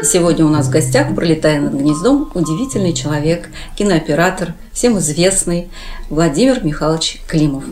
Сегодня у нас в гостях, пролетая над гнездом, удивительный человек, кинооператор, всем известный Владимир Михайлович Климов.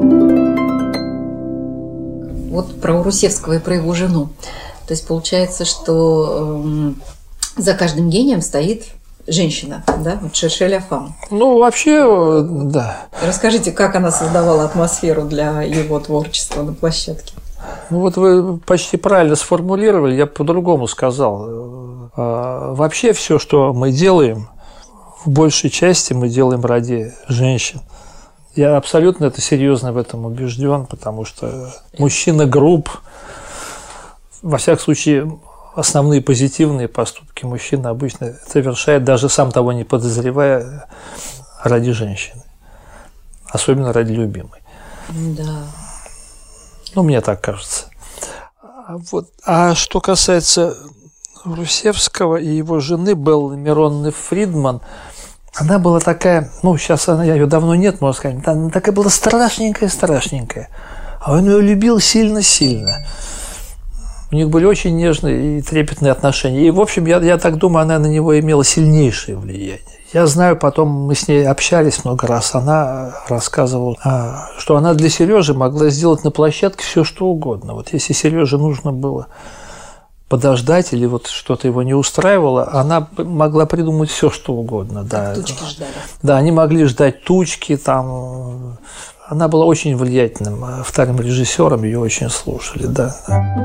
Вот про Урусевского и про его жену. То есть получается, что за каждым гением стоит женщина, да, вот Шершель Афам. Ну, вообще, да. Расскажите, как она создавала атмосферу для его творчества на площадке? Ну, вот вы почти правильно сформулировали, я по-другому сказал. Вообще все, что мы делаем, в большей части мы делаем ради женщин. Я абсолютно серьезно в этом убежден, потому что мужчина груб. Во всяком случае, основные позитивные поступки мужчина обычно совершает, даже сам того не подозревая, ради женщины. Особенно ради любимой. Да. Ну, мне так кажется. Вот. А что касается Урусевского и его жены Беллы Мироновны Фридман, она была такая, ну, сейчас ее давно нет, можно сказать, она такая была страшненькая. А он ее любил сильно-сильно. У них были очень нежные и трепетные отношения. И, в общем, я так думаю, она на него имела сильнейшее влияние. Я знаю, потом мы с ней общались много раз, она рассказывала, что она для Сережи могла сделать на площадке все, что угодно. Вот если Сереже нужно было подождать или вот что-то его не устраивало, она могла придумать все, что угодно. Да. Тучки ждали. Да, они могли ждать тучки, там. Она была очень влиятельным вторым режиссером, ее очень слушали, да.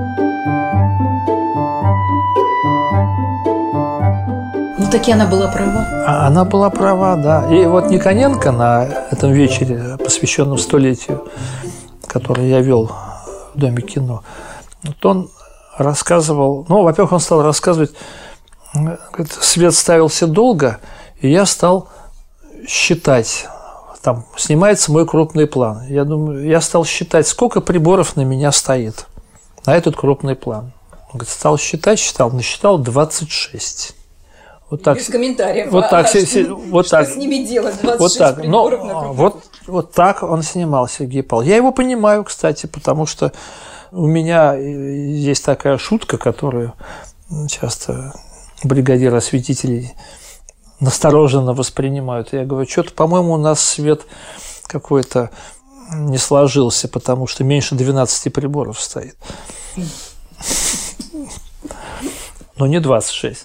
Ну, таки она была права. Она была права, да. И вот Никоненко на этом вечере, посвященном столетию, который я вел в Доме кино, вот он рассказывал, ну, во-первых, он стал рассказывать, говорит, свет ставился долго, и я стал считать, там снимается мой крупный план. Я думаю, я стал считать, сколько приборов на меня стоит, на этот крупный план. Он говорит, стал считать, насчитал 26. Вот так, без комментариев. Вот так, что так, с ними делать? 26 вот так. приборов Но вот так он снимал, Сергей Павлович. Я его понимаю, кстати, потому что у меня есть такая шутка, которую часто бригадиры осветителей настороженно воспринимают. Я говорю, что-то, по-моему, у нас свет какой-то не сложился, потому что меньше 12 приборов стоит. Но не 26.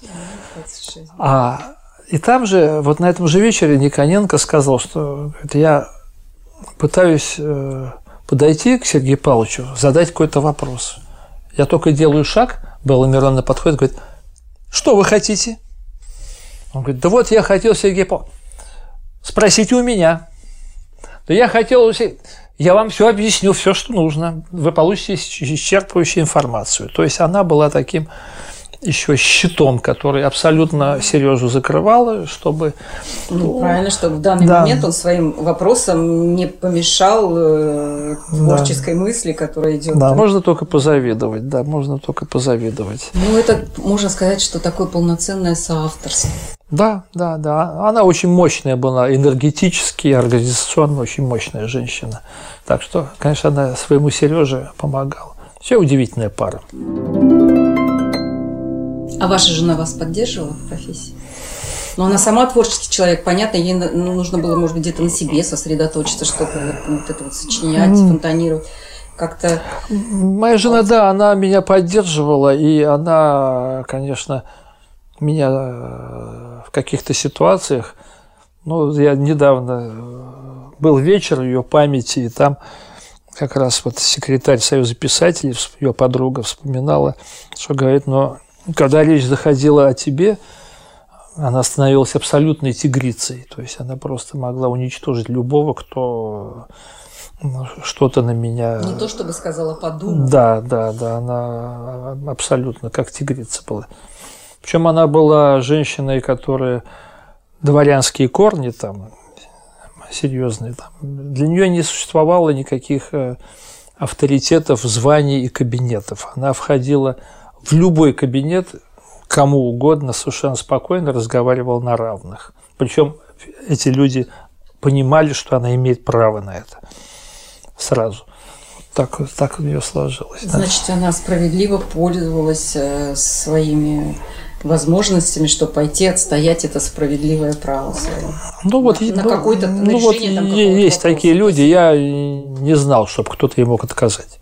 И там же, вот на этом же вечере Никоненко сказал, что я пытаюсь подойти к Сергею Павловичу, задать какой-то вопрос. Я только делаю шаг, Белла Мироновна подходит, говорит, что вы хотите? Он говорит, да вот я хотел, Сергей Павлович, спросите у меня. Да я хотел, я вам все объясню, все, что нужно. Вы получите исчерпывающую информацию. То есть она была таким еще щитом, который абсолютно Сережу закрывал, чтобы... Ну, правильно, чтобы в данный момент он своим вопросом не помешал творческой мысли, которая идет. Да, можно только позавидовать, можно только позавидовать. Ну, это можно сказать, что такое полноценное соавторство. Да. Она очень мощная была, энергетически, организационно очень мощная женщина. Так что, конечно, она своему Сереже помогала. Все удивительная пара. А ваша жена вас поддерживала в профессии? Но она сама творческий человек, понятно, ей нужно было, может быть, где-то на себе сосредоточиться, что-то вот это вот сочинять, фонтанировать. Как-то... Моя жена, да, она меня поддерживала, и она, конечно, меня в каких-то ситуациях, ну, я недавно был вечер ее памяти, и там как раз вот секретарь Союза писателей, ее подруга вспоминала, что говорит, но когда речь заходила о тебе, она становилась абсолютной тигрицей. То есть она просто могла уничтожить любого, кто что-то на меня... Не то, чтобы сказала, подумала. Да, она абсолютно как тигрица была. Причем она была женщиной, которая дворянские корни там, серьезные, там, для нее не существовало никаких авторитетов, званий и кабинетов. Она входила в любой кабинет, кому угодно, совершенно спокойно разговаривала на равных. Причем эти люди понимали, что она имеет право на это сразу. Так у нее сложилось. Значит, она справедливо пользовалась своими возможностями, чтобы пойти отстоять это справедливое право свое. Ну вот, какое-то решение там есть вопроса. Такие люди, я не знал, чтобы кто-то ей мог отказать.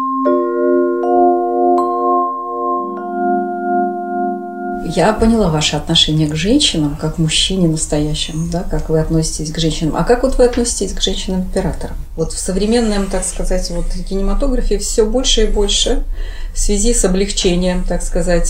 Я поняла ваше отношение к женщинам, как к мужчине настоящему, да, как вы относитесь к женщинам. А как вот вы относитесь к женщинам-операторам? Вот в современном, так сказать, вот кинематографе все больше и больше в связи с облегчением, так сказать,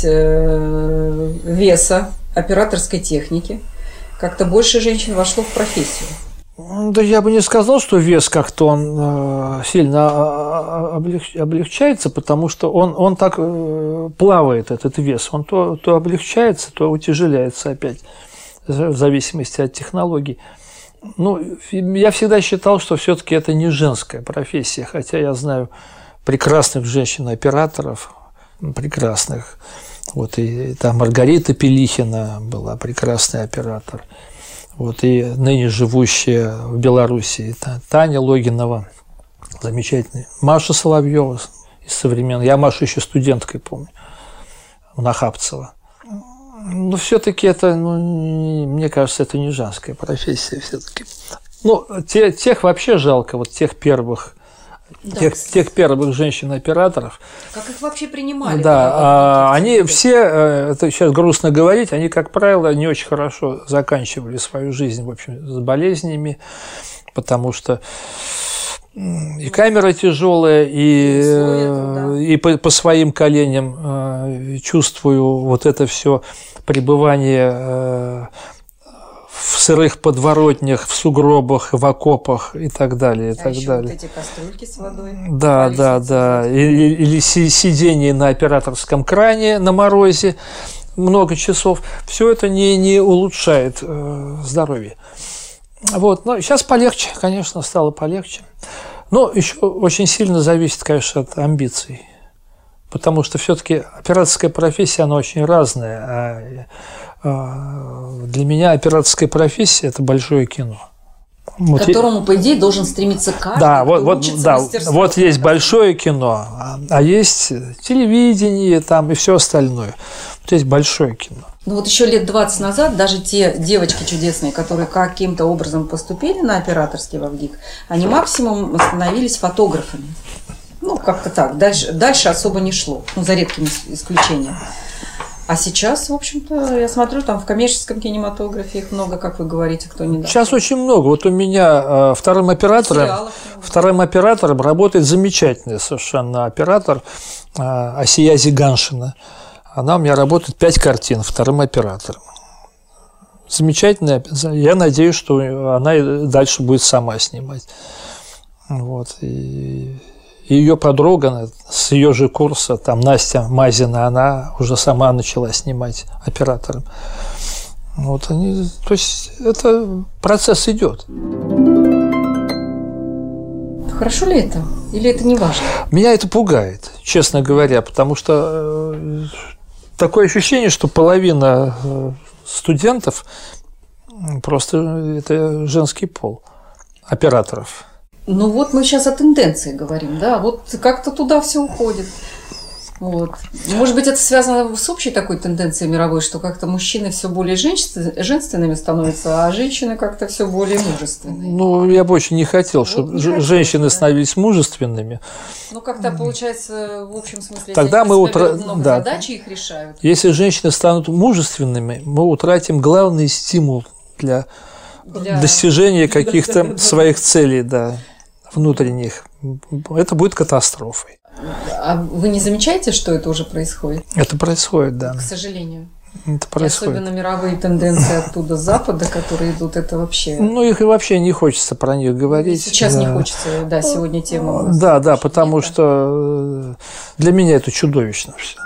веса операторской техники. Как-то больше женщин вошло в профессию. Да я бы не сказал, что вес как-то он сильно облегчается, потому что он так плавает, этот вес. Он то облегчается, то утяжеляется опять, в зависимости от технологий. Ну, я всегда считал, что все-таки это не женская профессия, хотя я знаю прекрасных женщин-операторов, прекрасных. Вот и там Маргарита Пелихина была прекрасный оператор. Вот, и ныне живущая в Беларуси Таня Логинова, замечательная. Маша Соловьева из современных. Я Машу еще студенткой помню, у Нахапцева. Но все-таки это, мне кажется, это не женская профессия все-таки. Ну, тех вообще жалко, вот тех первых. Да, тех первых женщин-операторов. Как их вообще принимали? Да, они все, это сейчас грустно говорить, они, как правило, не очень хорошо заканчивали свою жизнь, в общем, с болезнями, потому что и камера тяжелая, и по своим коленям чувствую вот это все пребывание в сырых подворотнях, в сугробах, в окопах и так далее. И так еще далее. Вот эти кастрюльки с водой. Да. Или сидение на операторском кране на морозе много часов. Все это не улучшает здоровье. Вот. Но сейчас полегче, конечно, стало полегче. Но еще очень сильно зависит, конечно, от амбиций. Потому что все-таки операторская профессия, она очень разная. Для меня операторская профессия – это большое кино. К которому, по идее, должен стремиться каждый, да, вот есть большое кино, а есть телевидение там, и все остальное. Вот есть большое кино. Ну вот еще лет 20 назад даже те девочки чудесные, которые каким-то образом поступили на операторский в ВГИК, они максимум становились фотографами. Ну, как-то так. Дальше особо не шло, за редким исключением. А сейчас, в общем-то, я смотрю, там в коммерческом кинематографе их много, как вы говорите, кто не даст. Сейчас очень много. Вот у меня вторым оператором работает замечательный совершенно оператор Асия Зиганшина. Она у меня работает 5 картин вторым оператором. Замечательная. Я надеюсь, что она и дальше будет сама снимать. Вот. И ее подруга с ее же курса, там Настя Мазина, она уже сама начала снимать оператором. Вот они, то есть это процесс идет. Хорошо ли это? Или это не важно? Меня это пугает, честно говоря, потому что такое ощущение, что половина студентов просто это женский пол операторов. Ну вот мы сейчас о тенденции говорим, да, вот как-то туда все уходит. Вот. Может быть, это связано с общей такой тенденцией мировой, что как-то мужчины все более женственными становятся, а женщины как-то все более мужественными. Ну, я бы очень не хотел, чтобы женщины становились мужественными. Ну, как-то получается, в общем смысле, тогда мы много задач их решают. Если женщины станут мужественными, мы утратим главный стимул для достижения каких-то своих целей, внутренних. Это будет катастрофой. А вы не замечаете, что это уже происходит? Это происходит, да. К сожалению. Это происходит. И особенно мировые тенденции оттуда, с Запада, которые идут, это вообще... Ну, их и вообще не хочется про них говорить. Сейчас не хочется, сегодня тема. Да, потому что для меня это чудовищно все.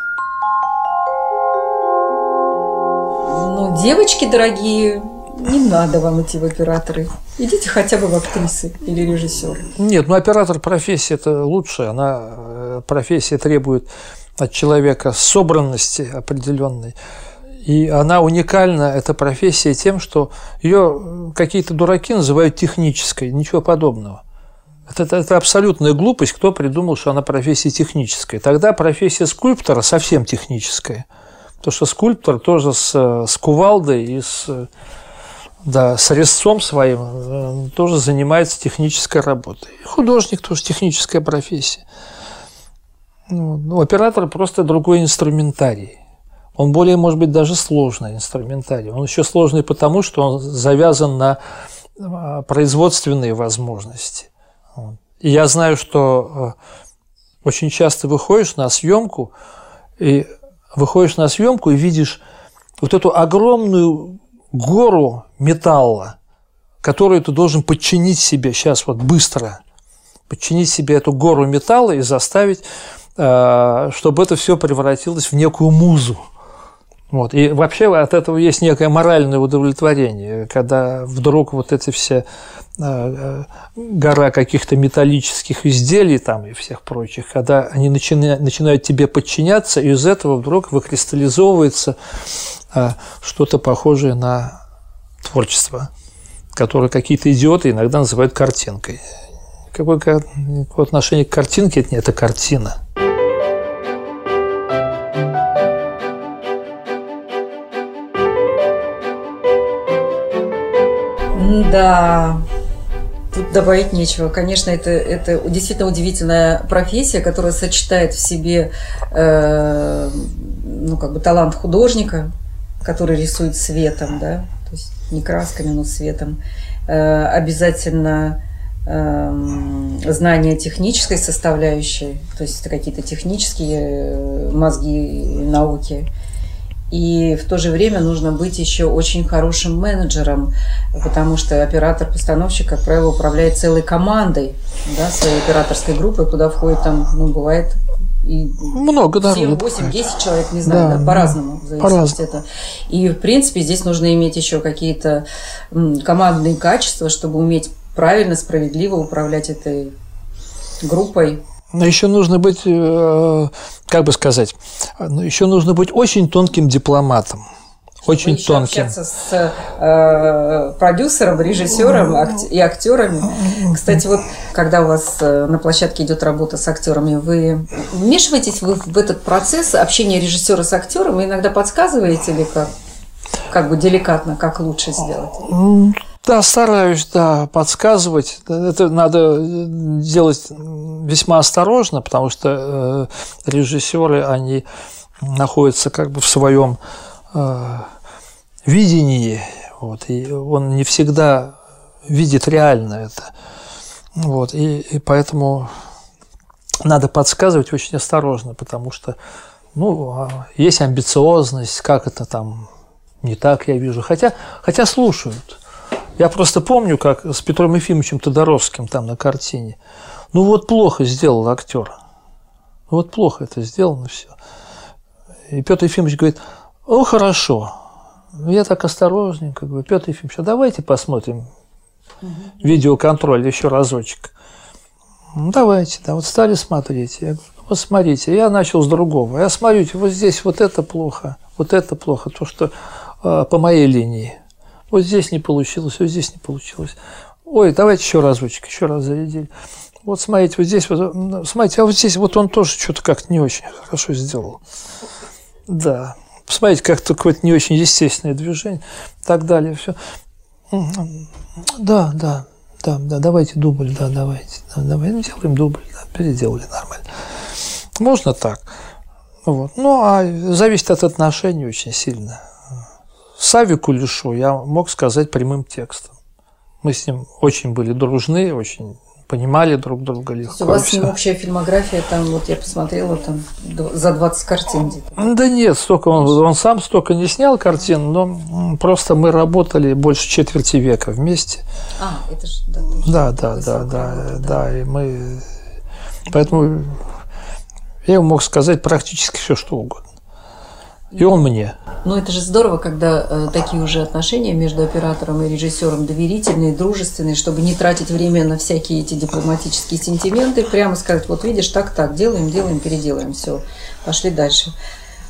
Ну, девочки дорогие, не надо вам идти в операторы. Идите хотя бы в актрисы или режиссеры. Нет, оператор профессия это лучше. Профессия требует от человека собранности определенной. И она уникальна, эта профессия, тем, что ее какие-то дураки называют технической. Ничего подобного. Это абсолютная глупость, кто придумал, что она профессия техническая. Тогда профессия скульптора совсем техническая. Потому что скульптор тоже с кувалдой и с резцом своим тоже занимается технической работой. И художник тоже техническая профессия. Ну, оператор просто другой инструментарий. Он более, может быть, даже сложный инструментарий. Он еще сложный потому, что он завязан на производственные возможности. И я знаю, что очень часто выходишь на съемку и видишь вот эту огромную гору металла, которую ты должен подчинить себе сейчас вот быстро, подчинить себе эту гору металла и заставить, чтобы это все превратилось в некую музу. Вот. И вообще от этого есть некое моральное удовлетворение, когда вдруг вот эти все гора каких-то металлических изделий там и всех прочих, когда они начинают тебе подчиняться, и из этого вдруг выкристаллизовывается что-то похожее на творчество, которое какие-то идиоты иногда называют картинкой. Какое отношение к картинке? Это картина. Да, тут добавить нечего. Конечно, это действительно удивительная профессия, которая сочетает в себе талант художника, который рисует светом, да, то есть не красками, но светом. Обязательно знание технической составляющей, то есть это какие-то технические мозги науки. И в то же время нужно быть еще очень хорошим менеджером, потому что оператор-постановщик, как правило, управляет целой командой, да, своей операторской группой, куда входит там, много, и много народу. 8-10 человек, не знаю, да, по-разному. Это. И, в принципе, здесь нужно иметь еще какие-то командные качества, чтобы уметь правильно, справедливо управлять этой группой. Но еще нужно быть, еще нужно быть очень тонким дипломатом. Очень тонким. Общаться с продюсером, режиссером и актерами. Кстати, вот когда у вас на площадке идет работа с актерами, вы вмешиваетесь в этот процесс общения режиссера с актером? Вы иногда подсказываете ли как бы деликатно, как лучше сделать? Да, стараюсь, подсказывать. Это надо делать весьма осторожно, потому что режиссеры, они находятся как бы в своем видении, вот, и он не всегда видит реально это. Вот, и поэтому надо подсказывать очень осторожно, потому что есть амбициозность, как это там не так, я вижу. Хотя слушают. Я просто помню, как с Петром Ефимовичем Тодоровским там на картине. Плохо сделал актер. Плохо это сделано все. И Петр Ефимович говорит: хорошо. Я так осторожненько говорю: Петр Ефимович, давайте посмотрим видеоконтроль еще разочек. Давайте, стали смотреть. Я говорю: смотрите, я начал с другого. Я смотрю, вот здесь вот это плохо, то, что по моей линии. Вот здесь не получилось, вот здесь не получилось. Ой, давайте еще разочек, еще раз зарядили. Вот смотрите, вот здесь, смотрите, а вот здесь вот он тоже что-то как-то не очень хорошо сделал. Да. Посмотрите, как-то какое-то не очень естественное движение, и так далее, все. Да, давайте дубль, давайте, делаем дубль, переделали нормально. Можно так. Вот. А зависит от отношений очень сильно. Саве Кулешу я мог сказать прямым текстом. Мы с ним очень были дружны, очень понимали друг друга легко. У вас с ним общая фильмография, там, вот я посмотрела, там за 20 картин где-то. Да нет, столько он сам столько не снял картин, но просто мы работали больше четверти века вместе. Это же, да, и мы... Поэтому я ему мог сказать практически все, что угодно. И он мне. Это же здорово, когда такие уже отношения между оператором и режиссером доверительные, дружественные, чтобы не тратить время на всякие эти дипломатические сентименты, прямо сказать: вот видишь, так, делаем, переделаем, все, пошли дальше.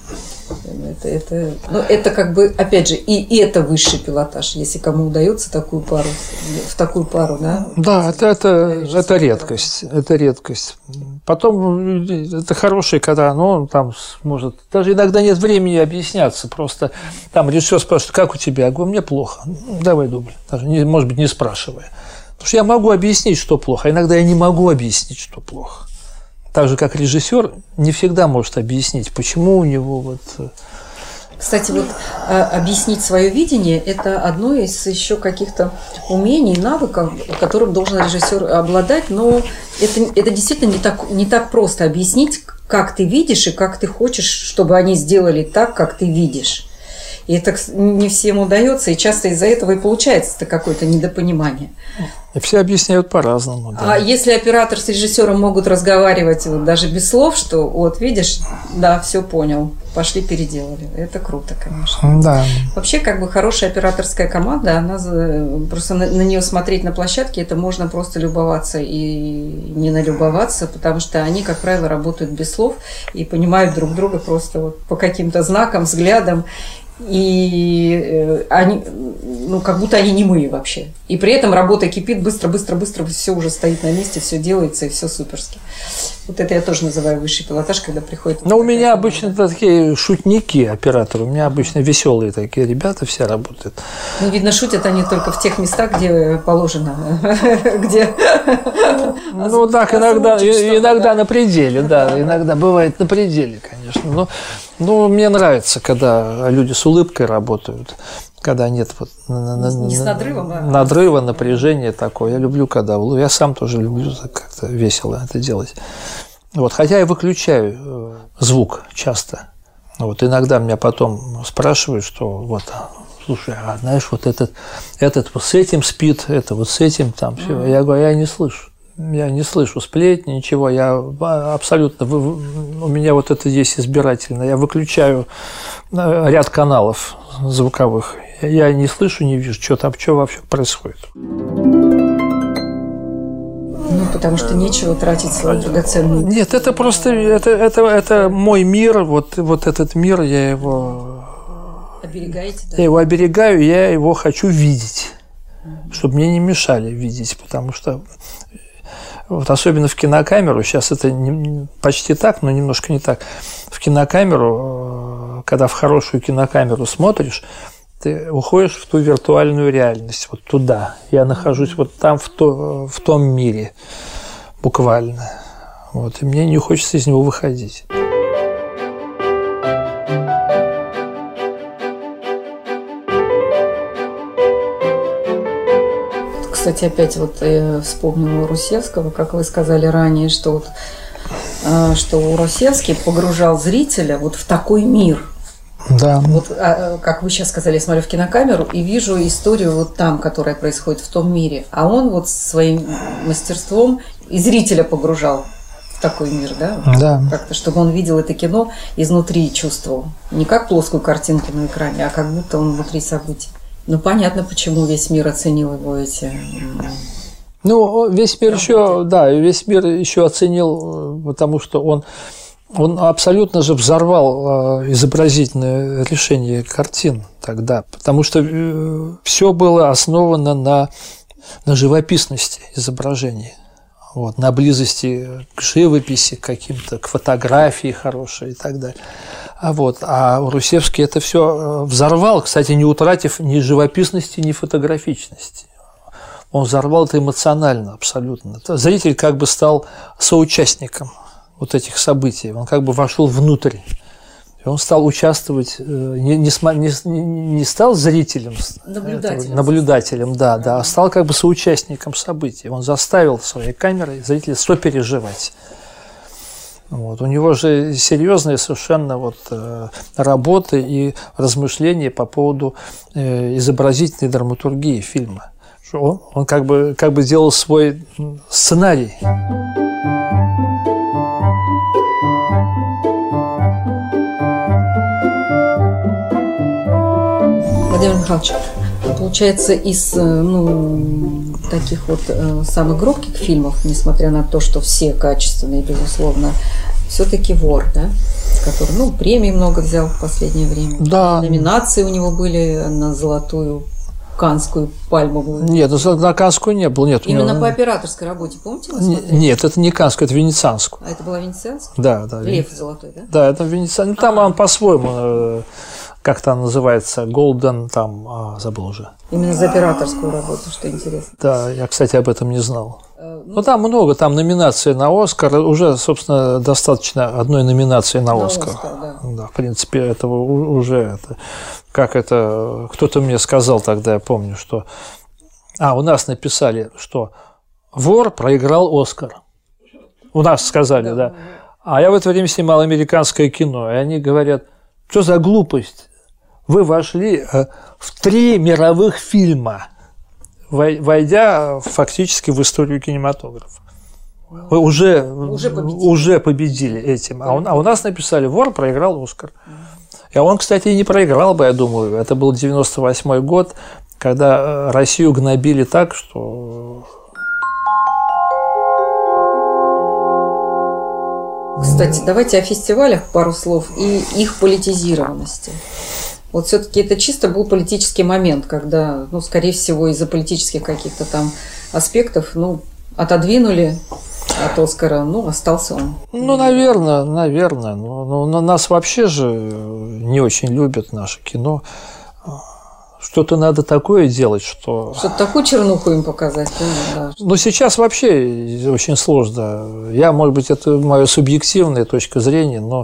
Это как бы, опять же, и это высший пилотаж, если кому удается в такую пару, да? Да, это редкость. Это редкость. Потом это хороший, когда он там может. Даже иногда нет времени объясняться. Просто там режиссер спрашивает, как у тебя? Я говорю, мне плохо. Давай дубль. Даже, может быть, не спрашивая. Потому что я могу объяснить, что плохо, а иногда я не могу объяснить, что плохо. Так же, как режиссер не всегда может объяснить, почему у него вот. Кстати, вот объяснить свое видение – это одно из еще каких-то умений, навыков, которым должен режиссер обладать, но это действительно не так просто объяснить, как ты видишь и как ты хочешь, чтобы они сделали так, как ты видишь. И это не всем удается, и часто из-за этого и получается какое-то недопонимание. И все объясняют по-разному. Да. А если оператор с режиссером могут разговаривать вот, даже без слов, что вот видишь, да, все понял, пошли переделали. Это круто, конечно. Да. Вообще, как бы хорошая операторская команда, она просто на нее смотреть на площадке, это можно просто любоваться и не налюбоваться, потому что они, как правило, работают без слов и понимают друг друга просто вот по каким-то знакам, взглядам. И они, как будто они немые вообще. И при этом работа кипит быстро, все уже стоит на месте, все делается, и все суперски. Вот это я тоже называю высший пилотаж, когда приходит... Но у меня обычно такие шутники, операторы. У меня обычно веселые такие ребята все работают. Ну, видно, шутят они только в тех местах, где положено. Где... Ну, так, иногда на пределе, да. Иногда бывает на пределе, конечно. Но мне нравится, когда люди с улыбкой работают, когда нет вот не с надрывом, а надрыва, напряжения такое. Я люблю, когда я сам тоже люблю как-то весело это делать. Вот, хотя я выключаю звук часто. Вот, иногда меня потом спрашивают, что вот, слушай, а знаешь, вот этот вот с этим спит, это вот с этим там все. Я говорю, я не слышу. Я не слышу сплетни, ничего, я абсолютно, у меня вот это есть избирательно, я выключаю ряд каналов звуковых, я не слышу, не вижу, что вообще происходит. Ну, потому что нечего тратить свою драгоценную. Нет, это просто, это мой мир, вот этот мир, я его... Оберегаете, да? Я его оберегаю, я его хочу видеть, чтобы мне не мешали видеть, потому что... Вот особенно в кинокамеру, сейчас это почти так, но немножко не так. В кинокамеру, когда в хорошую кинокамеру смотришь, ты уходишь в ту виртуальную реальность, вот туда. Я нахожусь вот там, в том мире, буквально. Вот, и мне не хочется из него выходить. Кстати, опять вот вспомнила Русевского, как вы сказали ранее, что Русевский погружал зрителя вот в такой мир. Да. Вот, как вы сейчас сказали, я смотрю в кинокамеру и вижу историю вот там, которая происходит в том мире. А он вот своим мастерством и зрителя погружал в такой мир, да? Да. Как-то, чтобы он видел это кино изнутри и чувствовал. Не как плоскую картинку на экране, а как будто он внутри событий. Ну, понятно, почему весь мир оценил его эти... Ну, весь мир еще оценил, потому что он абсолютно же взорвал изобразительное решение картин тогда, потому что все было основано на живописности изображения, вот, на близости к живописи, к каким-то, к фотографии хорошей и так далее. А Русевский это все взорвал, кстати, не утратив ни живописности, ни фотографичности. Он взорвал это эмоционально абсолютно. Зритель как бы стал соучастником вот этих событий. Он как бы вошел внутрь. И он стал участвовать, не стал зрителем, наблюдателем, да, а стал как бы соучастником событий. Он заставил своей камерой зрителя сопереживать. Вот. У него же серьезные совершенно работы и размышления по поводу изобразительной драматургии фильма. Он как бы делал свой сценарий. Владимир Михайлович, получается, из таких вот самых громких фильмов, несмотря на то, что все качественные, безусловно, все-таки «Вор», да? Который, ну, премий много взял в последнее время. Да. Номинации у него были на золотую Каннскую пальмовую. Нет, на Каннскую не было. Нет, именно по операторской работе, помните? Нет, это не Каннскую, это Венецианскую. А это была Венецианская? Да, да. Лев золотой, да? Да, это Венецианская. Ну, там он по-своему, как там называется, Голден, там, забыл уже. Именно за операторскую работу, что интересно. Да, я, кстати, об этом не знал. Ну, там много, там номинаций на «Оскар». Уже, собственно, достаточно одной номинации на «Оскар». Да, в принципе, этого уже... Как это... Кто-то мне сказал тогда, я помню, что... у нас написали, что «Вор проиграл «Оскар». У нас сказали, да. А я в это время снимал американское кино, и они говорят, что за глупость? Вы вошли в 3 мировых фильма, войдя фактически в историю кинематографа. Вы уже победили этим. А у нас написали «Вор проиграл «Оскар». И он, кстати, и не проиграл бы, я думаю. Это был 98-й год, когда Россию гнобили так, что... Кстати, давайте о фестивалях пару слов и их политизированности. Вот все-таки это чисто был политический момент, когда, ну, скорее всего, из-за политических каких-то там аспектов, ну, отодвинули от «Оскара», ну, остался он. Ну, наверное. Но нас вообще же не очень любят, наше кино. Что-то надо такое делать, что... Что-то такую чернуху им показать. Да. Но сейчас вообще очень сложно. Может быть, это моя субъективная точка зрения, но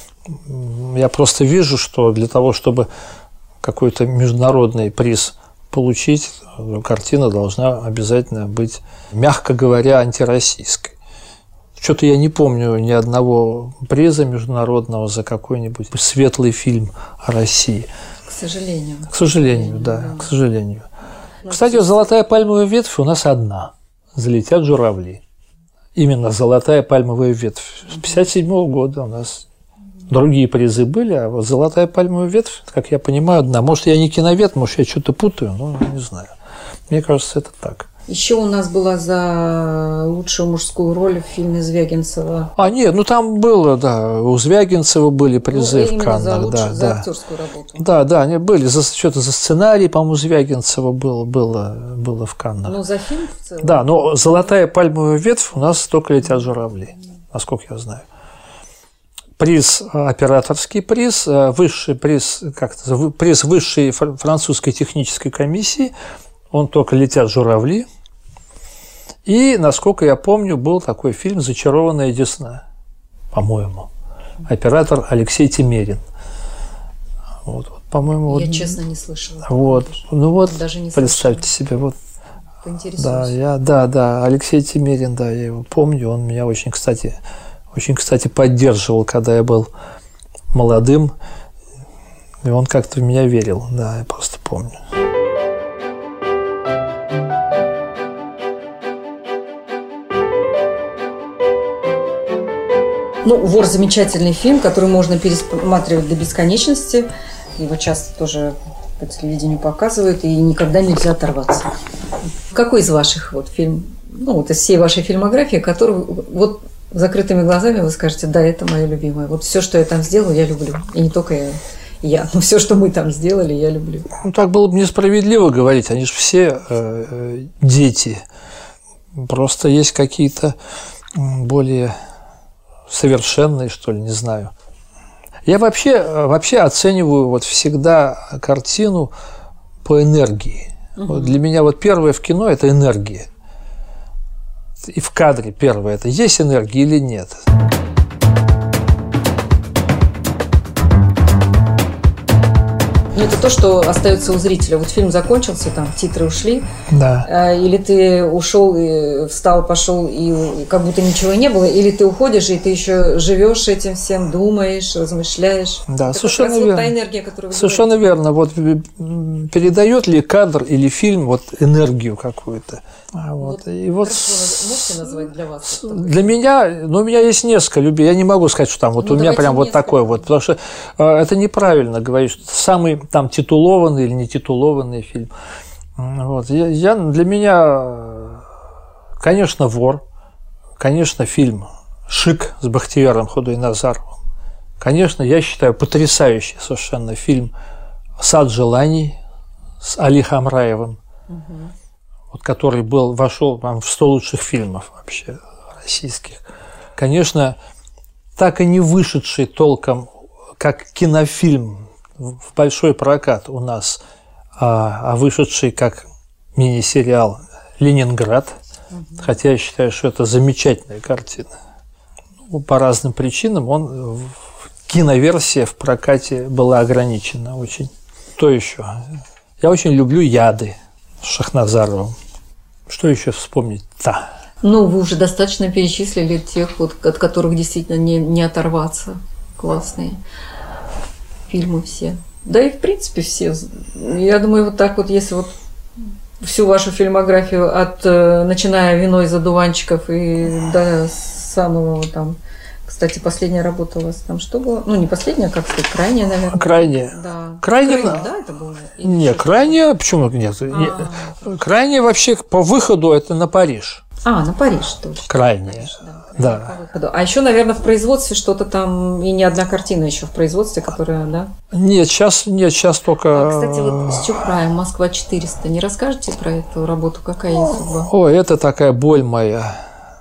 я просто вижу, что для того, чтобы какой-то международный приз получить, картина должна обязательно быть, мягко говоря, антироссийской. Что-то я не помню ни одного приза международного за какой-нибудь светлый фильм о России. К сожалению. К сожалению, да, к сожалению. Кстати, «Золотая пальмовая ветвь» у нас одна. «Залетят журавли». Именно «Золотая пальмовая ветвь». С 1957 года у нас другие призы были, а вот «Золотая пальмовая ветвь», как я понимаю, одна. Может, я не киновед, может, я что-то путаю, но не знаю. Мне кажется, это так. Еще у нас была за лучшую мужскую роль в фильме Звягинцева. Нет, ну там было, да, у Звягинцева были призы в Каннах. За актерскую работу. Да, они были, что-то за сценарий, по-моему, Звягинцева было в Каннах. Ну, за фильм в целом? Да, но «Золотая пальмовая ветвь» у нас только «Летят журавли», насколько я знаю. Приз, операторский приз, высший приз, приз высшей французской технической комиссии, он только «Летят журавли». И, насколько я помню, был такой фильм «Зачарованная Десна», по-моему. Оператор Алексей Темерин. Вот, по-моему, я, честно, не слышала. Вот, ну вот, даже не представьте себе, вот. Поинтересуюсь. Да, Алексей Темерин, да, я его помню, он меня очень, кстати, поддерживал, когда я был молодым, и он как-то в меня верил, да, я просто помню. Ну, «Вор» – замечательный фильм, который можно пересматривать до бесконечности. Его часто тоже по телевидению показывают, и никогда нельзя оторваться. Какой из ваших фильм, из всей вашей фильмографии, который вот закрытыми глазами вы скажете, да, это мое любимое. Вот все, что я там сделала, я люблю. И не только я, но все, что мы там сделали, я люблю. Ну, так было бы несправедливо говорить, они же все дети. Просто есть какие-то более совершенные, что ли, не знаю. Я вообще оцениваю всегда картину по энергии. Вот для меня первое в кино – это энергия. И в кадре первое – это есть энергия или нет. Ну, это то, что остается у зрителя. Вот фильм закончился, там титры ушли. Да. Или ты ушел, и встал, пошел, и как будто ничего не было, или ты уходишь, и ты еще живешь этим всем, думаешь, размышляешь. Да, это совершенно верно. Та энергия, которую вы совершенно говорите. верно. Вот передает ли кадр или фильм энергию какую-то. Можете назвать для вас? Для меня, у меня есть несколько любви. Я не могу сказать, что там у меня прям такой потому что это неправильно говорить, что это самый там титулованный или не титулованный фильм. Для меня, конечно, «Вор», конечно, фильм «Шик» с Бахтияром Худойназаровым. Конечно, я считаю, потрясающий совершенно фильм «Сад желаний» с Али Хамраевым, вот, который вошел в 100 лучших фильмов вообще российских. Конечно, так и не вышедший толком, как кинофильм в большой прокат у нас, а вышедший как мини-сериал «Ленинград», хотя я считаю, что это замечательная картина. По разным причинам киноверсия в прокате была ограничена очень. Что еще? Я очень люблю «Яды» с Шахназаровым. Что еще вспомнить-то? Ну, вы уже достаточно перечислили тех, вот, от которых действительно не оторваться. Классные фильмы все. Да и в принципе все. Я думаю, вот так вот, если вот всю вашу фильмографию, начиная «Вино из одуванчиков» и до самого там... Кстати, последняя работа у вас там что было? Ну, не последняя, как сказать, крайняя, наверное. Крайняя. Да. Крайняя, да, это было? Не, крайняя, почему нет? Крайняя вообще по выходу это на Париж. На Париж, точно. Крайняя, Париж, да. По выходу. А еще, наверное, в производстве что-то там, и не одна картина еще в производстве, которая, да? Нет, сейчас только... кстати, вот с Чухраем «Москва-400». Не расскажете про эту работу? Какая ее судьба? Ой, это такая боль моя.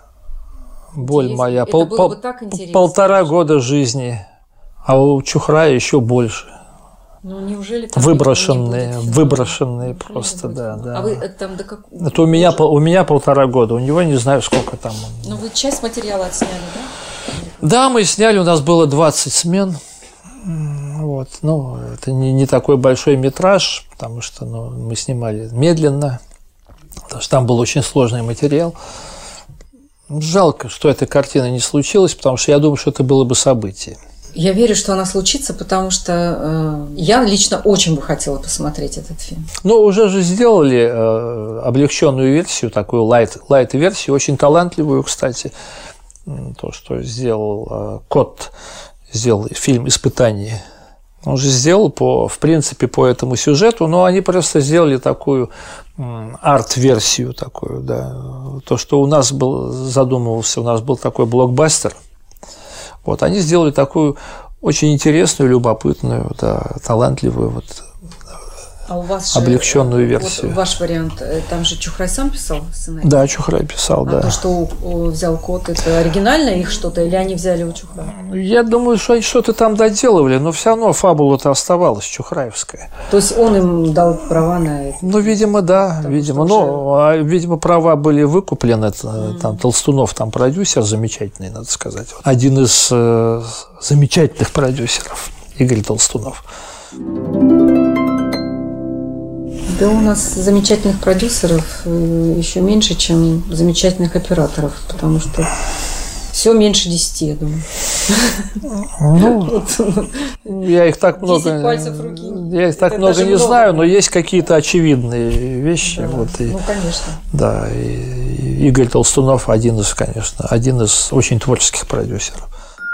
Боль моя. Это было бы так интересно. 1,5 года жизни, а у Чухрая еще больше. Ну, неужели там выброшенные просто, да. А вы там до какого? Это у меня 1,5 года, у него не знаю, сколько там. Ну, вы часть материала отсняли, да? Да, мы сняли, у нас было 20 смен. Вот. Ну, это не такой большой метраж, потому что мы снимали медленно, потому что там был очень сложный материал. Жалко, что эта картина не случилась, потому что я думаю, что это было бы событие. Я верю, что она случится, потому что я лично очень бы хотела посмотреть этот фильм. Ну, уже же сделали облегченную версию, такую лайт-версию, очень талантливую, кстати. То, что сделал Кот, сделал фильм «Испытание». Он же сделал, в принципе, по этому сюжету, но они просто сделали такую арт-версию такую, да. То, что у нас задумывался, у нас был такой блокбастер. Вот, они сделали такую очень интересную, любопытную, да, талантливую вот, у вас облегченную версию. Вот ваш вариант, там же Чухрай сам писал сценарий? Да, Чухрай писал, да. То, что взял Кот, это оригинально их что-то, или они взяли у Чухрая? Я думаю, что они что-то там доделывали, но все равно фабула-то оставалась чухраевская. То есть он им дал права на это? Ну, видимо, да, видимо. Видимо, права были выкуплены. Там Толстунов, там продюсер замечательный, надо сказать. Один из замечательных продюсеров, Игорь Толстунов. Да, у нас замечательных продюсеров еще меньше, чем замечательных операторов, потому что все меньше 10, я думаю. Ну, я их так много не знаю, но есть какие-то очевидные вещи. Да, вот, ну, конечно. Да, и Игорь Толстунов один из очень творческих продюсеров.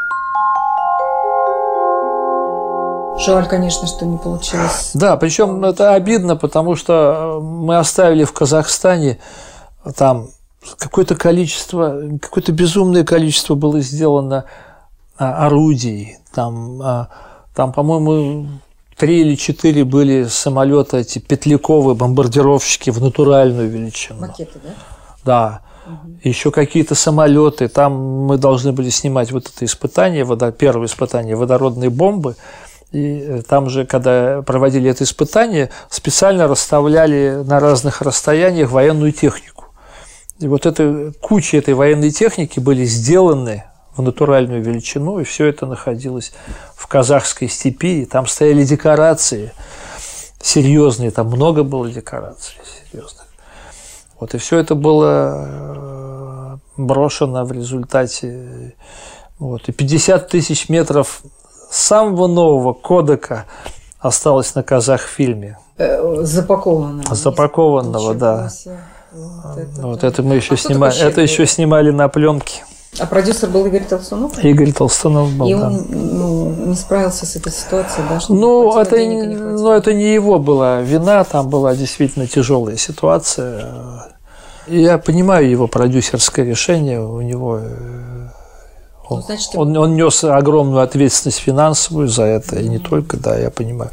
Жаль, конечно, что не получилось. Да, причем это обидно, потому что мы оставили в Казахстане там какое-то безумное количество было сделано орудий. Там, по-моему, 3 или 4 были самолета, эти петляковые бомбардировщики в натуральную величину. Макеты, да? Да. Еще какие-то самолеты. Там мы должны были снимать вот это испытание, первое испытание водородной бомбы. И там же, когда проводили это испытание, специально расставляли на разных расстояниях военную технику. И вот куча этой военной техники были сделаны в натуральную величину, и все это находилось в казахской степи. И там стояли декорации серьезные, там много было декораций серьезных. Вот, и все это было брошено в результате. Вот, и 50 тысяч метров самого нового кодека осталось на Казахфильме. Запакованного, да. Вот это мы еще снимали. Это еще снимали на пленке. А продюсер был Игорь Толстунов? Игорь Толстунов был, и да. он не справился с этой ситуацией, да? Это не его была вина, там была действительно тяжелая ситуация. Я понимаю его продюсерское решение, у него Ну, значит, он нес огромную ответственность финансовую за это, и не только, да, я понимаю.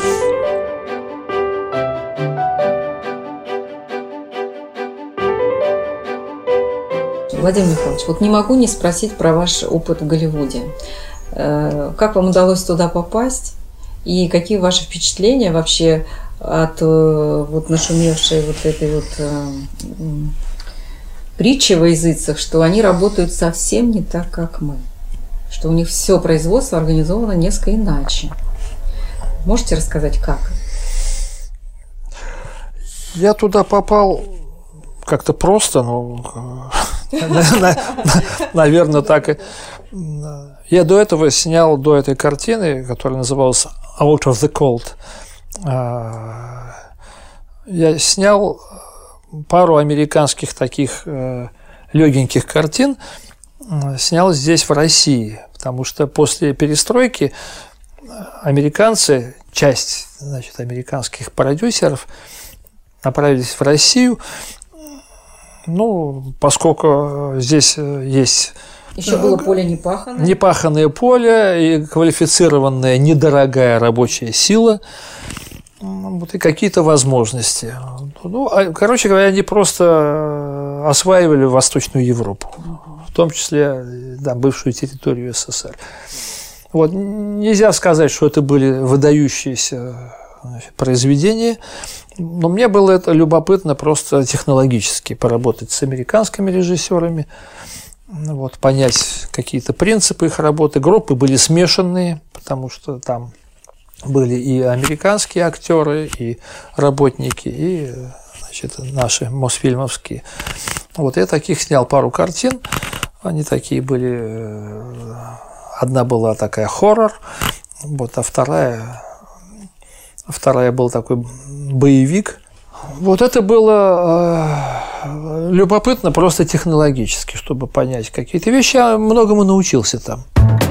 Владимир Михайлович, вот не могу не спросить про ваш опыт в Голливуде. Как вам удалось туда попасть? И какие ваши впечатления вообще от вот нашумевшей вот этой вот притчи во языцах, что они работают совсем не так, как мы? Что у них все производство организовано несколько иначе. Можете рассказать, как? Я туда попал как-то просто, но, наверное, так и... Я до этого снял, до этой картины, которая называлась «Out of the Cold», я снял пару американских таких легеньких картин, снял здесь, в России, потому что после перестройки американцы, часть, значит, американских продюсеров направились в Россию, ну, поскольку здесь есть... Еще было поле непаханное. Непаханное поле и квалифицированная недорогая рабочая сила, вот, и какие-то возможности. Ну, короче говоря, они просто осваивали Восточную Европу, в том числе, да, бывшую территорию СССР. Вот. Нельзя сказать, что это были выдающиеся, значит, произведения, но мне было это любопытно просто технологически поработать с американскими режиссерами, вот, понять какие-то принципы их работы. Группы были смешанные, потому что там были и американские актеры, и работники, и, значит, наши мосфильмовские. Вот я таких снял пару картин. Они такие были. Одна была такая хоррор, вот, а вторая был такой боевик. Вот это было любопытно просто технологически, чтобы понять какие-то вещи. Я многому научился там.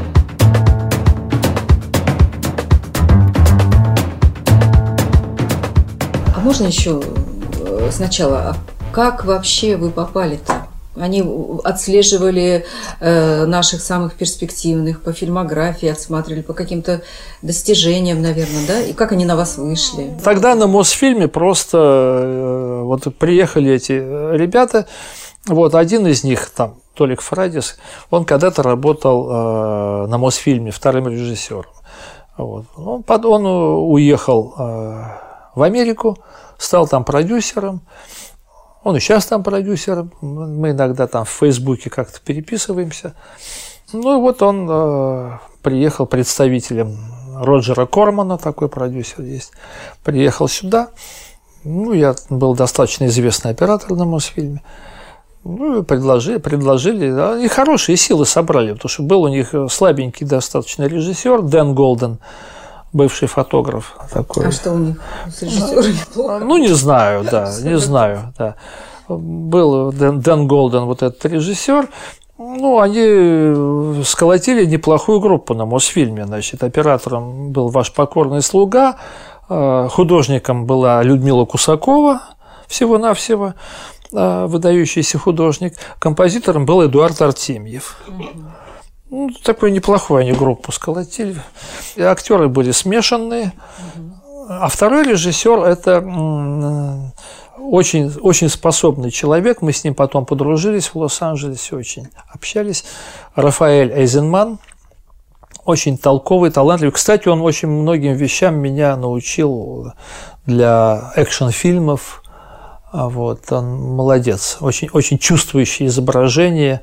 А можно еще сначала, как вообще вы попали-то? Они отслеживали наших самых перспективных по фильмографии, отсматривали по каким-то достижениям, наверное, да? И как они на вас вышли? Тогда на Мосфильме просто вот приехали эти ребята. Вот один из них, там, Толик Фрадис, он когда-то работал на Мосфильме вторым режиссером. Вот. Он уехал в Америку, стал там продюсером. Он и сейчас там продюсер, мы иногда там в Фейсбуке как-то переписываемся. Ну и вот он приехал представителем Роджера Кормана, такой продюсер есть, приехал сюда. Ну, я был достаточно известный оператор на Мосфильме. Ну, и предложили, да, и хорошие силы собрали, потому что был у них слабенький достаточно режиссер Дэн Голден, бывший фотограф такой. А что у них с режиссерами плохо? Ну, не знаю, да, не знаю, да. Был Дэн Голден, вот этот режиссер. Ну, они сколотили неплохую группу на Мосфильме. Значит, оператором был ваш покорный слуга, художником была Людмила Кусакова, всего-навсего, выдающийся художник. Композитором был Эдуард Артемьев. Ну, такую неплохую они группу сколотили. И актеры были смешанные. А второй режиссер – это очень, очень способный человек. Мы с ним потом подружились в Лос-Анджелесе, очень общались. Рафаэль Эйзенман. Очень толковый, талантливый. Кстати, он очень многим вещам меня научил для экшн-фильмов. Вот, он молодец. Очень, очень чувствующий изображение.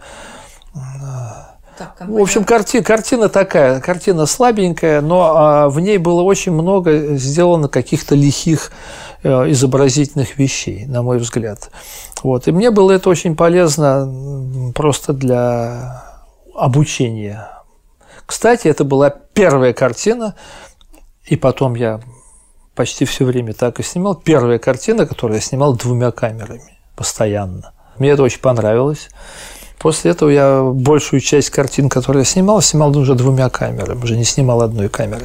В общем, картина такая, картина слабенькая, но в ней было очень много сделано каких-то лихих изобразительных вещей, на мой взгляд. Вот. И мне было это очень полезно просто для обучения. Кстати, это была первая картина, и потом я почти все время так и снимал. Первая картина, которую я снимал 2 камерами постоянно. Мне это очень понравилось. После этого я большую часть картин, которые я снимал уже 2 камерами, уже не снимал 1 камерой.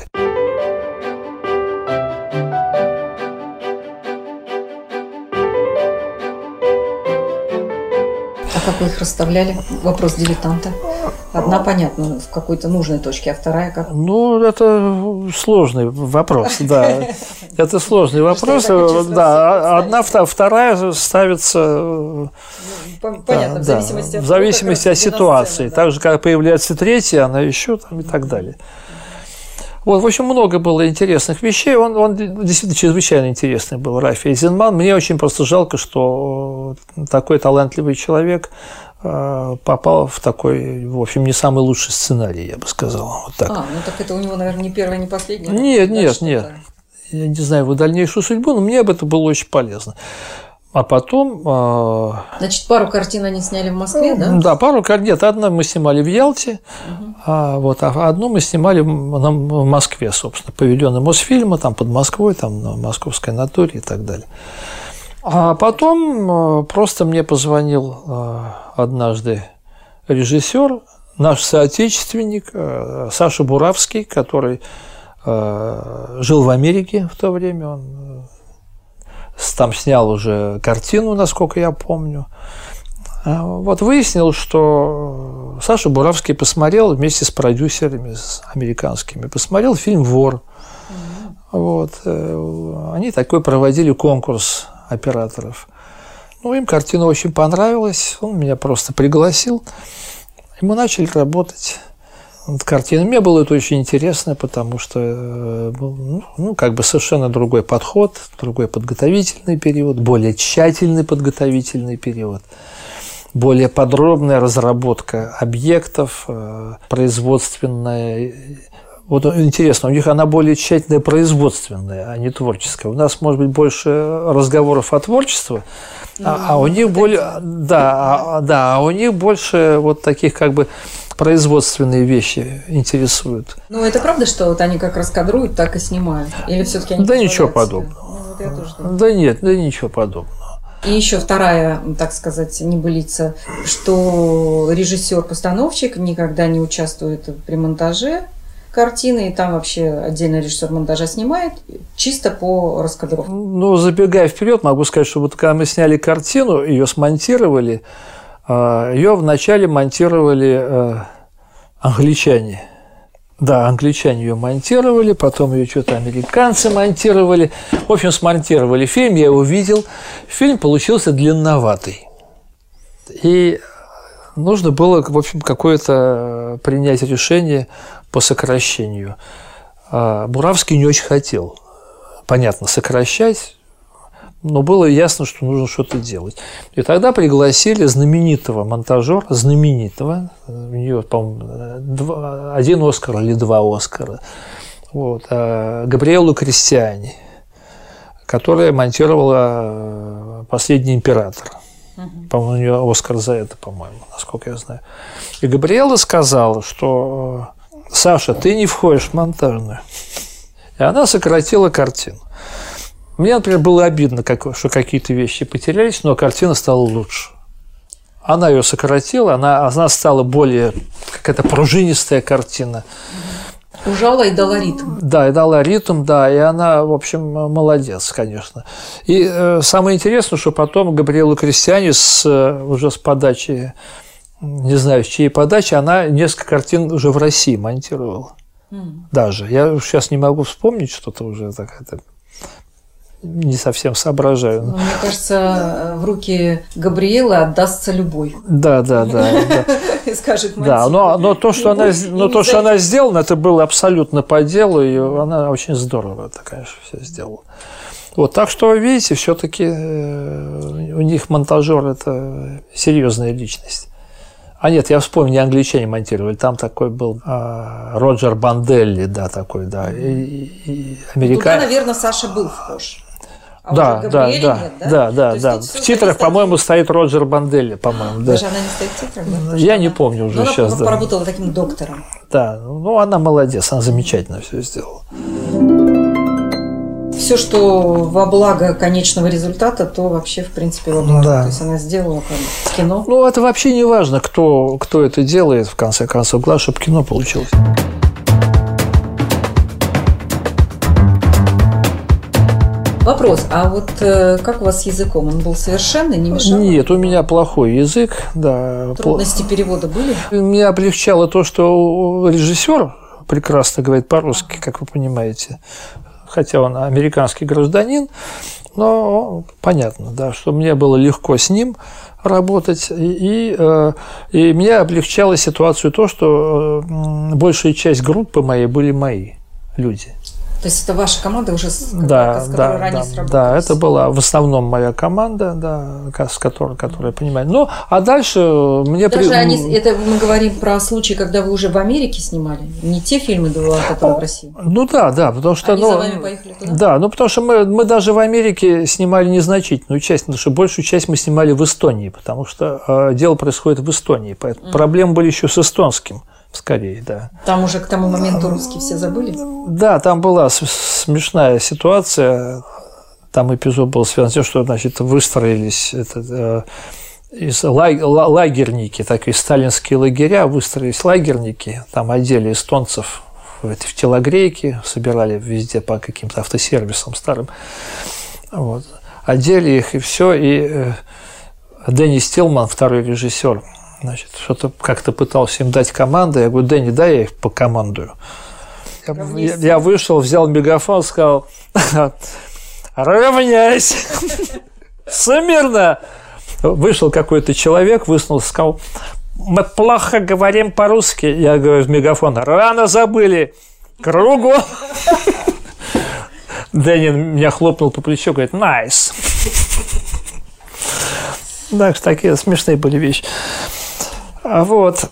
А как вы их расставляли? Вопрос дилетанта. Одна, понятно, в какой-то нужной точке, а вторая как? Ну, это сложный вопрос, да. Это сложный вопрос. Да, одна, вторая ставится... Понятно, в зависимости от ситуации. Так же, как появляется третья, она еще там и так далее. Вот, в общем, много было интересных вещей. Он действительно чрезвычайно интересный был, Рафи Эйзенман. Мне очень просто жалко, что такой талантливый человек попал в такой, в общем, не самый лучший сценарий, я бы сказал. Вот так. Ну так это у него, наверное, не первое, не последнее. Нет. Я не знаю его дальнейшую судьбу, но мне об этом было очень полезно. А потом... Значит, пару картин они сняли в Москве, да? Да, пару картин. Нет, одну мы снимали в Ялте, а одну мы снимали в Москве, собственно, павильоны Мосфильма, там под Москвой, там на Московской натуре и так далее. А потом просто мне позвонил однажды режиссер, наш соотечественник Саша Буравский, который жил в Америке в то время, он там снял уже картину, насколько я помню. Вот выяснил, что Саша Буравский посмотрел вместе с продюсерами американскими, посмотрел фильм «Вор». Вот. Они такой проводили конкурс операторов. Ну, им картина очень понравилась, он меня просто пригласил, и мы начали работать над картиной. Мне было это очень интересно, потому что был, как бы совершенно другой подход, другой подготовительный период, более тщательный подготовительный период, более подробная разработка объектов, производственная. Вот интересно, у них она более тщательная производственная, а не творческая. У нас, может быть, больше разговоров о творчестве, а у них более, а у них больше вот таких как бы производственные вещи интересуют. Ну, это правда, что вот они как раскадруют, так и снимают? Или все-таки они... Да ничего подобного. Вот я тоже думаю. Да нет, ничего подобного. И еще вторая, так сказать, небылица, что режиссер-постановщик никогда не участвует при монтаже картины, и там вообще отдельно режиссер монтажа снимает, чисто по раскадровке. Ну, забегая вперед, могу сказать, что вот когда мы сняли картину, ее смонтировали, ее вначале монтировали англичане. Да, англичане ее монтировали, потом ее что-то американцы монтировали. В общем, смонтировали фильм, я его видел. Фильм получился длинноватый. И нужно было, в общем, какое-то принять решение по сокращению. Буравский не очень хотел, понятно, сокращать, но было ясно, что нужно что-то делать. И тогда пригласили знаменитого монтажера, у нее, по-моему, 1 Оскар или 2 Оскара, вот, Габриэлу Кристиани, которая монтировала «Последний император». По-моему, у нее Оскар за это, по-моему, насколько я знаю. И Габриэла сказала, что «Саша, ты не входишь в монтажную». И она сократила картину. Мне, например, было обидно, что какие-то вещи потерялись, но картина стала лучше. Она ее сократила, она стала более какая-то пружинистая картина. Ужала и дала ритм. Да, и дала ритм, да, и она, в общем, молодец, конечно. И самое интересное, что потом Габриэлу Кристиани уже с подачи, не знаю, с чьей подачи, она несколько картин уже в России монтировала. Даже. Я сейчас не могу вспомнить что-то уже такое. Не совсем соображаю. Ну, мне кажется, в руки Габриэлы отдастся любой. Да. И скажет: да, но то, что она сделала, это было абсолютно по делу, и она очень здорово это, конечно, все сделала. Вот, так что, видите, все-таки у них монтажер – это серьезная личность. А нет, я вспомнил, не англичане монтировали, там такой был Роджер Банделли, да, такой, да, и американец. Туда, наверное, Саша был вхож. Да. В титрах, по-моему, стоит Роджер Банделли, по-моему. Даже она не стоит в титрах, да? Я не помню уже сейчас. Она поработала таким доктором. Да, ну она молодец, она замечательно все сделала. Все, что во благо конечного результата, то вообще, в принципе, во благо. Да. То есть она сделала кино. Ну, это вообще не важно, кто это делает, в конце концов. Главное, чтобы кино получилось. Вопрос, а вот как у вас с языком? Он был совершенно не мешал? Нет, у меня плохой язык, да. Трудности перевода были? Меня облегчало то, что режиссер прекрасно говорит по-русски, как вы понимаете, хотя он американский гражданин, но понятно, да, что мне было легко с ним работать, и меня облегчала ситуацию то, что большая часть группы моей были мои люди. То есть это ваша команда уже, с которой ранее сработались? Да, это была в основном моя команда, да, с которой я понимаю. Ну, а дальше мне... Это мы говорим про случаи, когда вы уже в Америке снимали, не те фильмы, которые в России? Ну да, потому что... Они за вами поехали туда? Да, потому что мы даже в Америке снимали незначительную часть, потому что большую часть мы снимали в Эстонии, потому что дело происходит в Эстонии, поэтому проблемы были еще с эстонским. Скорее, да. Там уже к тому моменту русские все забыли? Да, там была смешная ситуация. Там эпизод был связан с тем, что, значит, выстроились лагерники, такие сталинские лагеря, выстроились лагерники, там одели эстонцев в телогрейки, собирали везде по каким-то автосервисам старым. Вот. Одели их, и все. И Деннис Тилман, второй режиссер, значит, что-то как-то пытался им дать команды. Я говорю: Дэнни, дай я их покомандую. Я вышел, взял мегафон, сказал: равняйся, смирно. Вышел какой-то человек, высунулся, сказал: мы плохо говорим по-русски. Я говорю в мегафон: рано забыли, кругу. Дэнни меня хлопнул по плечу, говорит: найс. Так что такие смешные были вещи. Вот.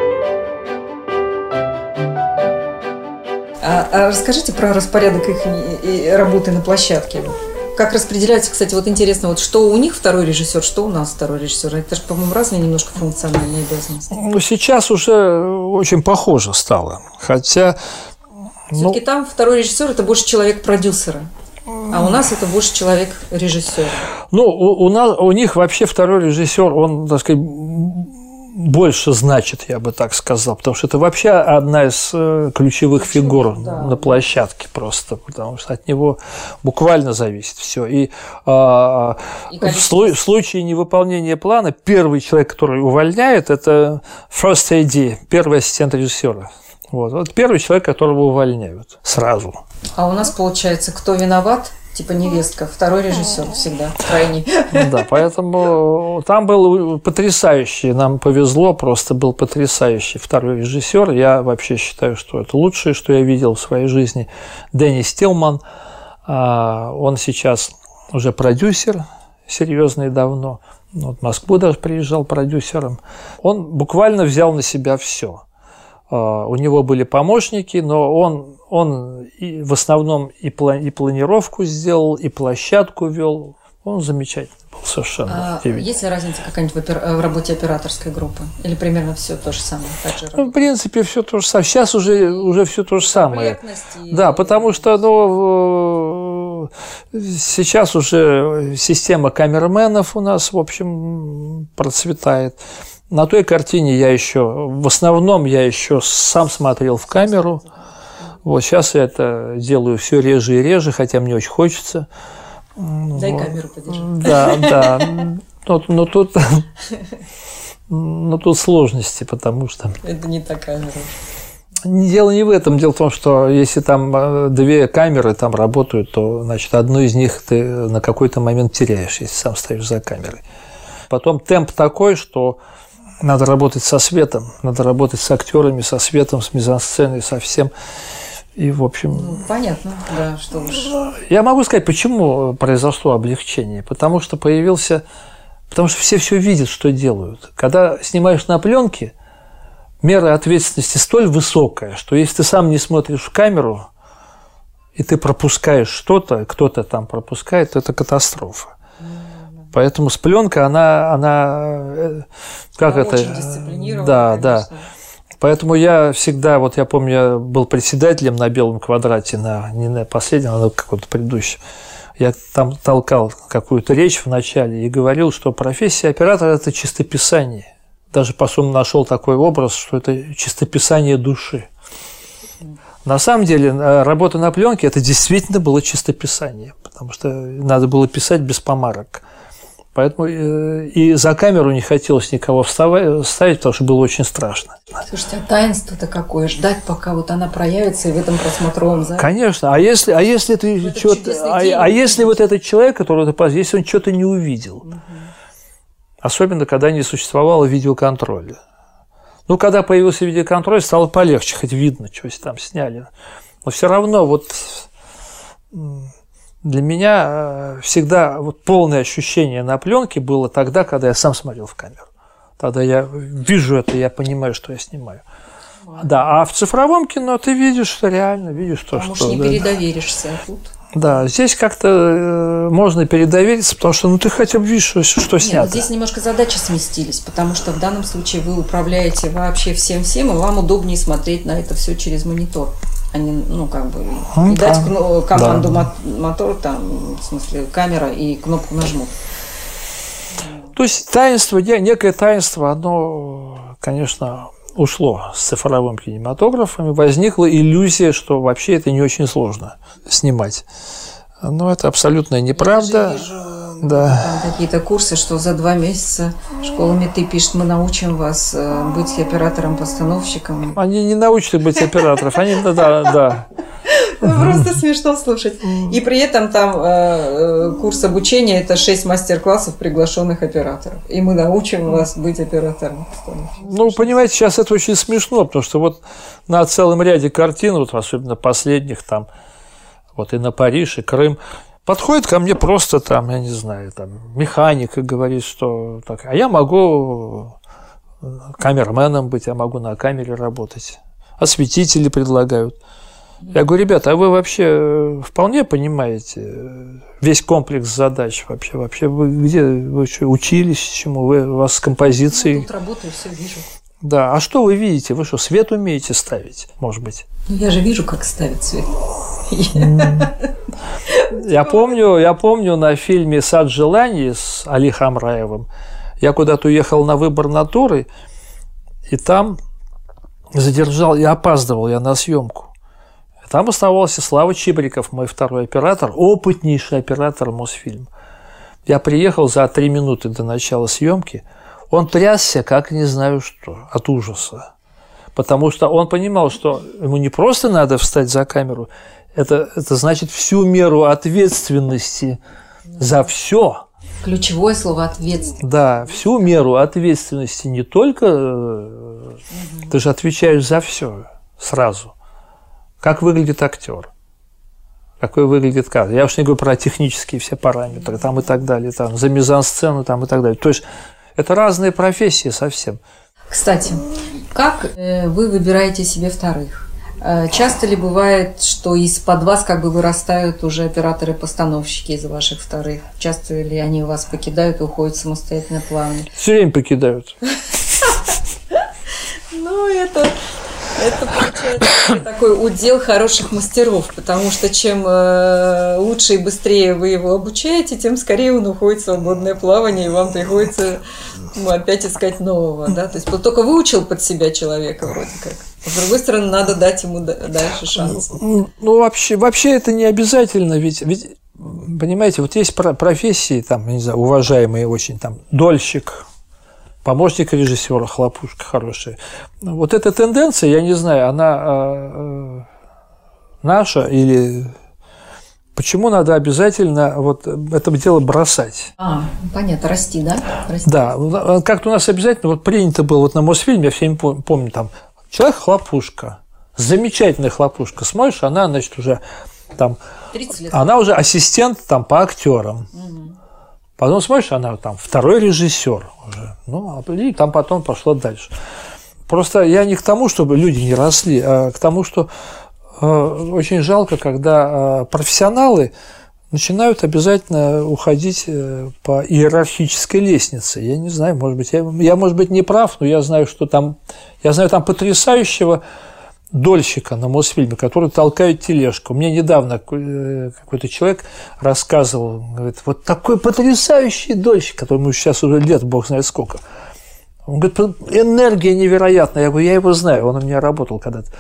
А расскажите про распорядок их работы на площадке. Как распределяется, кстати, вот интересно, вот что у них второй режиссер, что у нас второй режиссер. Это же, по-моему, разные немножко функциональные обязанности. Ну, сейчас уже очень похоже стало. Хотя... Все-таки там второй режиссер – это больше человек-продюсера. А у нас это больше человек-режиссер. Ну, у них вообще второй режиссер, он, так сказать, больше значит, я бы так сказал, потому что это вообще одна из ключевых фигур на площадке просто, потому что от него буквально зависит все. И в случае невыполнения плана первый человек, который увольняет, это first AD, первый ассистент режиссера. Вот первый человек, которого увольняют сразу. А у нас получается, кто виноват? Типа невестка, второй режиссер всегда крайний. Да, поэтому там был потрясающий, нам повезло, просто был потрясающий второй режиссер. Я вообще считаю, что это лучшее, что я видел в своей жизни. Деннис Тилман, он сейчас уже продюсер, серьезный давно. Вот в Москву даже приезжал продюсером. Он буквально взял на себя все. У него были помощники, но он в основном и планировку сделал, и площадку вел. Он замечательный был совершенно. Есть ли разница какая-нибудь в работе операторской группы? Или примерно все то же самое? Так же в принципе, все то же самое. Сейчас уже все то же самое. Да, потому что сейчас уже система камерменов у нас, в общем, процветает. На той картине в основном я еще сам смотрел в камеру. Вот сейчас я это делаю все реже и реже, хотя мне очень хочется. Дай камеру подержи. Да. Но тут сложности, потому что... Это не та камера. Дело не в этом. Дело в том, что если там две камеры там работают, то, значит, одну из них ты на какой-то момент теряешь, если сам стоишь за камерой. Потом темп такой, что надо работать со светом, надо работать с актерами, со светом, с мизансценой, со всем. И, в общем... понятно, да, что уж... Я могу сказать, почему произошло облегчение. Потому что все видят, что делают. Когда снимаешь на пленке, мера ответственности столь высокая, что если ты сам не смотришь в камеру, и ты пропускаешь что-то, кто-то там пропускает, то это катастрофа. Поэтому с пленкой она как это? Очень дисциплинированная. Да. Поэтому я всегда, вот я помню, я был председателем на Белом квадрате, не на последнем, а на каком-то предыдущем. Я там толкал какую-то речь в начале и говорил, что профессия оператора – это чистописание. Даже, по-моему, нашел такой образ, что это чистописание души. На самом деле, работа на пленке – это действительно было чистописание, потому что надо было писать без помарок. Поэтому и за камеру не хотелось никого ставить, потому что было очень страшно. Слушайте, а таинство-то какое? Ждать, пока вот она проявится и в этом просмотровом зале? Конечно. А если ты если вот этот человек, который ты если он что-то не увидел, особенно когда не существовало видеоконтроля. Ну, когда появился видеоконтроль, стало полегче, хоть видно, что там сняли. Но все равно вот для меня всегда вот полное ощущение на пленке было тогда, когда я сам смотрел в камеру. Тогда я вижу это, я понимаю, что я снимаю. Да, а в цифровом кино ты видишь, что реально, видишь то, что... Может, не передоверишься тут. Да, здесь как-то можно передовериться, потому что ты хотя бы видишь, что снято. Нет, здесь немножко задачи сместились, потому что в данном случае вы управляете вообще всем-всем, и вам удобнее смотреть на это все через монитор, а не, не дать команду мотор, там, в смысле, камера и кнопку нажмут. То есть таинство, некое таинство, оно, конечно, ушло с цифровым кинематографом, и возникла иллюзия, что вообще это не очень сложно снимать. Но это абсолютная неправда. Я вижу там какие-то курсы, что за 2 месяца школа Меты пишет: мы научим вас быть оператором-постановщиком. Они не научат быть оператором, они, да. Просто смешно слушать. И при этом там курс обучения – это 6 мастер-классов приглашенных операторов. И мы научим вас быть оператором. Ну, понимаете, сейчас это очень смешно, потому что вот на целом ряде картин, вот особенно последних, там, вот и на Париж, и Крым, подходит ко мне просто там, я не знаю, там, механик и говорит, что так, а я могу камерменом быть, я могу на камере работать. Осветители предлагают. Я говорю: ребята, а вы вообще вполне понимаете весь комплекс задач вообще? Вообще вы что, учились чему? У вас с композицией? Я тут работаю, все вижу. Да, а что вы видите? Вы что, свет умеете ставить, может быть? Ну, я же вижу, как ставят свет. Я помню на фильме «Сад желаний» с Али Хамраевым, я куда-то уехал на выбор натуры, и там я опаздывал на съемку. Там оставался Слава Чибриков, мой второй оператор, опытнейший оператор Мосфильма. Я приехал за 3 минуты до начала съемки, он трясся, как не знаю что, от ужаса. Потому что он понимал, что ему не просто надо встать за камеру, это значит всю меру ответственности за все. Ключевое слово «ответственность». Да, всю меру ответственности не только ты же отвечаешь за все сразу. Как выглядит актер, какой выглядит кадр. Я уж не говорю про технические все параметры там и так далее, там, за мизансцену там и так далее. То есть это разные профессии совсем. Кстати, как вы выбираете себе вторых? Часто ли бывает, что из-под вас как бы вырастают уже операторы-постановщики из ваших вторых? Часто ли они вас покидают и уходят в самостоятельное плавание? Все время покидают. Ну, это получается такой удел хороших мастеров, потому что чем лучше и быстрее вы его обучаете, тем скорее он уходит в свободное плавание, и вам приходится опять искать нового. Да? То есть только выучил под себя человека вроде как. А с другой стороны, надо дать ему дальше шанс. Ну, вообще это не обязательно, ведь понимаете, вот есть профессии, там, не знаю, уважаемые очень, там, дольщик, помощник режиссера, хлопушка хорошая. Вот эта тенденция, я не знаю, она наша или почему надо обязательно вот это дело бросать? Понятно, расти, да? Расти. Да, как-то у нас обязательно вот принято было вот на Мосфильме, я все время помню, там человек-хлопушка, замечательная хлопушка, смотришь, она, значит, уже там, 30 лет. Она уже ассистент там по актерам. Потом смотришь, она там второй режиссер уже. И там потом пошло дальше. Просто я не к тому, чтобы люди не росли, а к тому, что очень жалко, когда профессионалы начинают обязательно уходить по иерархической лестнице. Я не знаю, может быть, я может быть, не прав, но я знаю, что там потрясающего дольщика на Мосфильме, который толкает тележку. Мне недавно какой-то человек рассказывал, говорит, вот такой потрясающий дольщик, которому сейчас уже лет, бог знает сколько. Он говорит, энергия невероятная. Я говорю, я его знаю, он у меня работал когда-то.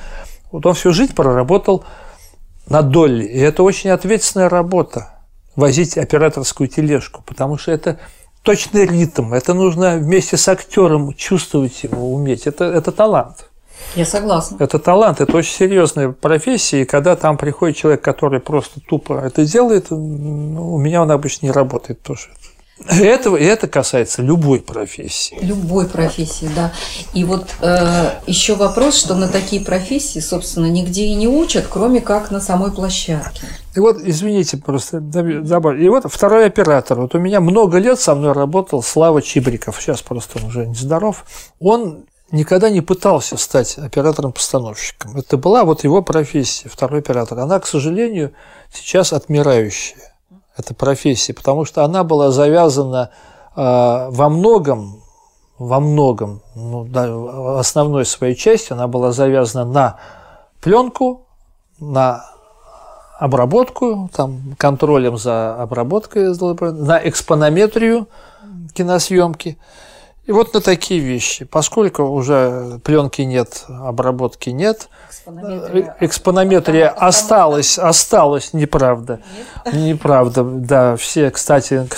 Вот он всю жизнь проработал на Долли. И это очень ответственная работа – возить операторскую тележку, потому что это точный ритм, это нужно вместе с актером чувствовать его, уметь. Это талант. Я согласна. Это талант, это очень серьезная профессия, и когда там приходит человек, который просто тупо это делает, ну, у меня он обычно не работает тоже. И это касается любой профессии. Любой профессии, да. И вот еще вопрос, что на такие профессии, собственно, нигде и не учат, кроме как на самой площадке. И вот, извините, просто добавлю. И вот второй оператор. Вот у меня много лет со мной работал Слава Чибриков. Сейчас просто он уже нездоров. Он никогда не пытался стать оператором-постановщиком. Это была вот его профессия, второй оператор. Она, к сожалению, сейчас отмирающая. Эта профессия, потому что она была завязана во многом, ну, да, основной своей частью, она была завязана на пленку, на обработку, там, контролем за обработкой, на экспонометрию киносъемки. И вот на такие вещи. Поскольку уже пленки нет, обработки нет, экспонометрия осталась, неправда. Нет? Неправда, да. Все, кстати,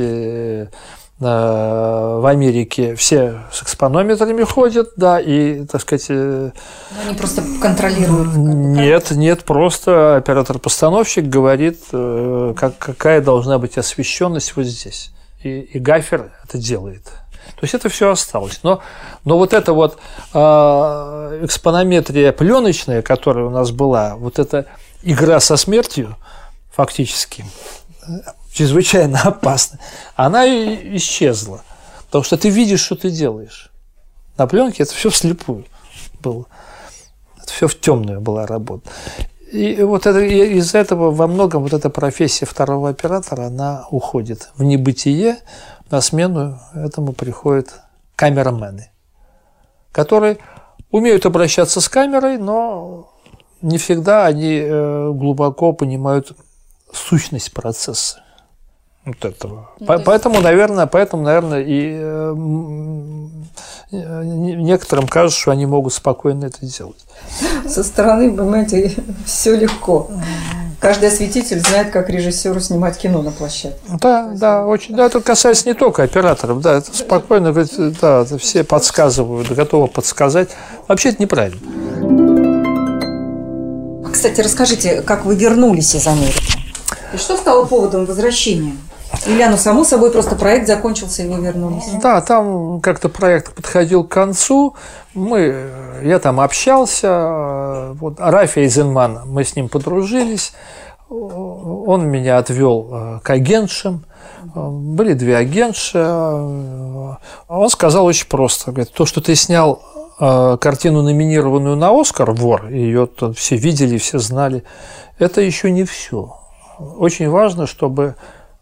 в Америке все с экспонометрами ходят, да, и, так сказать… Они просто контролируют. Нет, просто оператор-постановщик говорит, какая должна быть освещенность вот здесь. И гафер это делает. То есть это все осталось. Но вот эта вот экспонометрия пленочная, которая у нас была, вот эта игра со смертью, фактически, чрезвычайно опасна, она исчезла. Потому что ты видишь, что ты делаешь. На пленке это все вслепую было. Это все в темную была работа. И вот это, из-за этого во многом вот эта профессия второго оператора, она уходит в небытие. На смену этому приходят камерамены, которые умеют обращаться с камерой, но не всегда они глубоко понимают сущность процесса вот этого. Поэтому, наверное, и некоторым кажется, что они могут спокойно это делать. Со стороны, понимаете, все легко. Каждый осветитель знает, как режиссеру снимать кино на площадке. Да, очень. Да, это касается не только операторов, да, это спокойно, да, это все подсказывают, готовы подсказать. Вообще это неправильно. Кстати, расскажите, как вы вернулись из Америки? И что стало поводом возвращения? Или оно само собой, просто проект закончился, и вы вернулись? Да, там как-то проект подходил к концу, я там общался, вот, Рафи Эйзенман, мы с ним подружились, он меня отвел к агентшам, были две агентши, он сказал очень просто, говорит, то, что ты снял картину, номинированную на «Оскар», «Вор», ее все видели, все знали, это еще не все. Очень важно, чтобы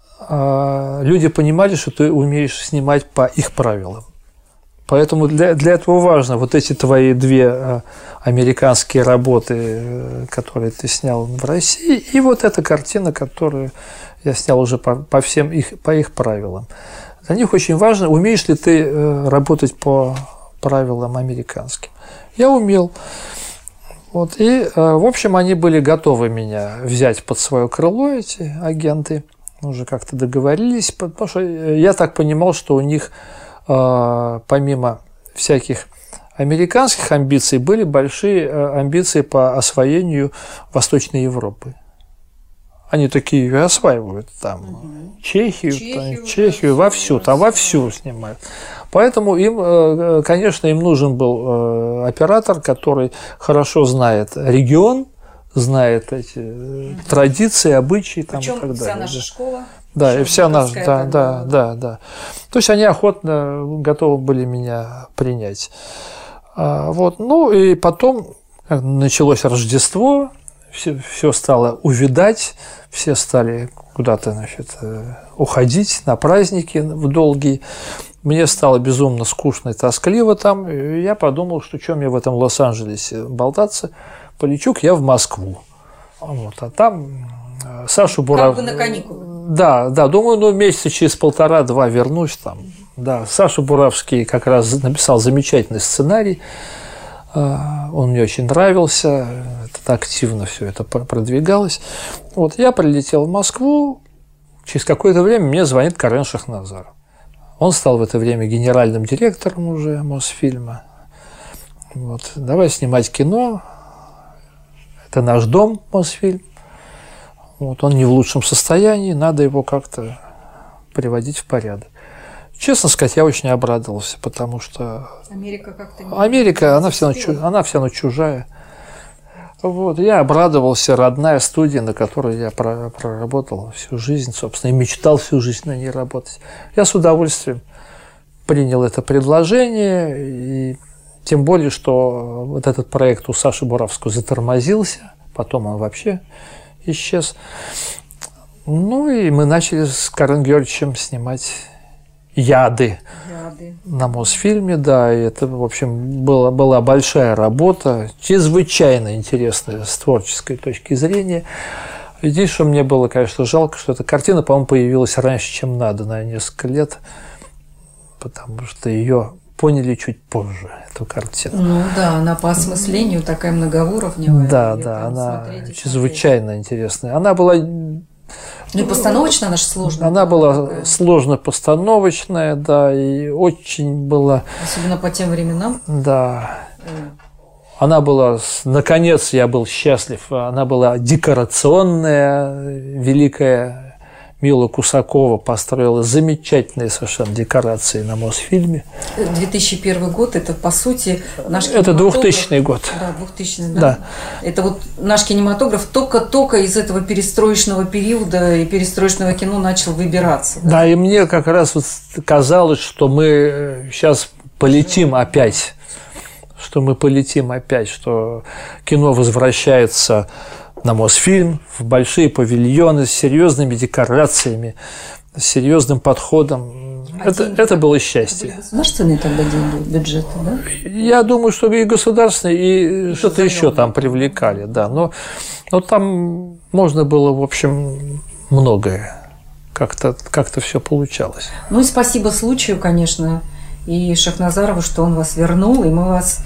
люди понимали, что ты умеешь снимать по их правилам. Поэтому для этого важно вот эти твои две американские работы, которые ты снял в России, и вот эта картина, которую я снял уже по их правилам. Для них очень важно, умеешь ли ты работать по правилам американским. Я умел. Вот, и, в общем, они были готовы меня взять под свое крыло, эти агенты. Уже как-то договорились, потому что я так понимал, что у них, помимо всяких американских амбиций, были большие амбиции по освоению Восточной Европы. Они такие ее осваивают, там, Чехию вовсю снимают. Поэтому им, конечно, им нужен был оператор, который хорошо знает регион, знает эти традиции, обычаи там, и так далее. Вся наша школа. Да, и вся наша, да. То есть они охотно готовы были меня принять. Вот. Ну и потом началось Рождество, все стало увядать, все стали куда-то, значит, уходить на праздники в долгие. Мне стало безумно скучно и тоскливо там, и я подумал, что мне в этом Лос-Анджелесе болтаться, полечу-ка я в Москву. Вот, а там Сашу Буров... Как бы на каникулы. Да, думаю, месяца через полтора-два вернусь там. Да, Саша Буравский как раз написал замечательный сценарий Он мне очень нравился, это активно все это продвигалось. Вот, я прилетел в Москву, через какое-то время мне звонит Карен Шахназаров. Он стал в это время генеральным директором уже Мосфильма. Вот, давай снимать кино, это наш дом, Мосфильм. Вот, он не в лучшем состоянии, надо его как-то приводить в порядок. Честно сказать, я очень обрадовался, потому что Америка как-то не... Америка, она все равно чужая. Вот, я обрадовался, родная студия, на которой я проработал всю жизнь, собственно, и мечтал всю жизнь на ней работать. Я с удовольствием принял это предложение, и тем более, что вот этот проект у Саши Буравского затормозился, потом он вообще исчез. Ну и мы начали с Карен Георгиевичем снимать «Яды» на Мосфильме, да, и это, в общем, была большая работа, чрезвычайно интересная с творческой точки зрения. Единственное, что мне было, конечно, жалко, что эта картина, по-моему, появилась раньше, чем надо, на несколько лет, потому что ее поняли чуть позже, эту картину. Ну да, она по осмыслению такая многоуровневая. Да, она чрезвычайно интересная. Она была... Ну и постановочно она же сложная. Она была сложно-постановочная, да, и очень была... Особенно по тем временам. Да. Она была, наконец, я был счастлив, она была декорационная, великая Мила Кусакова построила замечательные совершенно декорации на Мосфильме. 2001 год, это, по сути, наш Это 2000 год. Да, 2000, да. Это вот наш кинематограф только-только из этого перестроечного периода и перестроечного кино начал выбираться. Да, и мне как раз вот казалось, что мы сейчас полетим опять, что кино возвращается на Мосфильм, в большие павильоны с серьезными декорациями, с серьезным подходом. Это было счастье. Государственные тогда деньги, бюджеты, да? Я думаю, что и государственные, и что-то еще там привлекали, да. Но там можно было, в общем, многое. Как-то все получалось. Ну и спасибо случаю, конечно, и Шахназарову, что он вас вернул, и мы вас...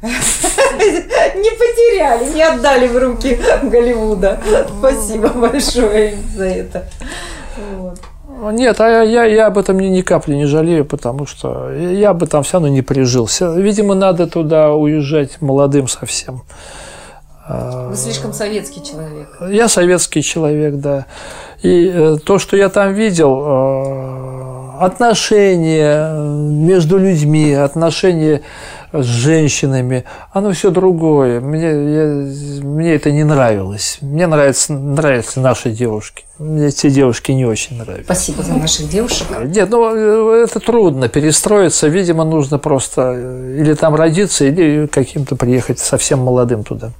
не потеряли, не отдали в руки Голливуда. Спасибо большое за это. Вот. Нет, я об этом ни капли не жалею, потому что я бы там все равно не прижился. Видимо, надо туда уезжать молодым совсем. Вы слишком советский человек. Я советский человек, да. И то, что я там видел, отношения между людьми, отношения с женщинами, оно все другое. Мне это не нравилось. Мне нравятся наши девушки. Мне эти девушки не очень нравятся. Спасибо за наших девушек. Нет, это трудно перестроиться. Видимо, нужно просто или там родиться, или каким-то приехать совсем молодым туда.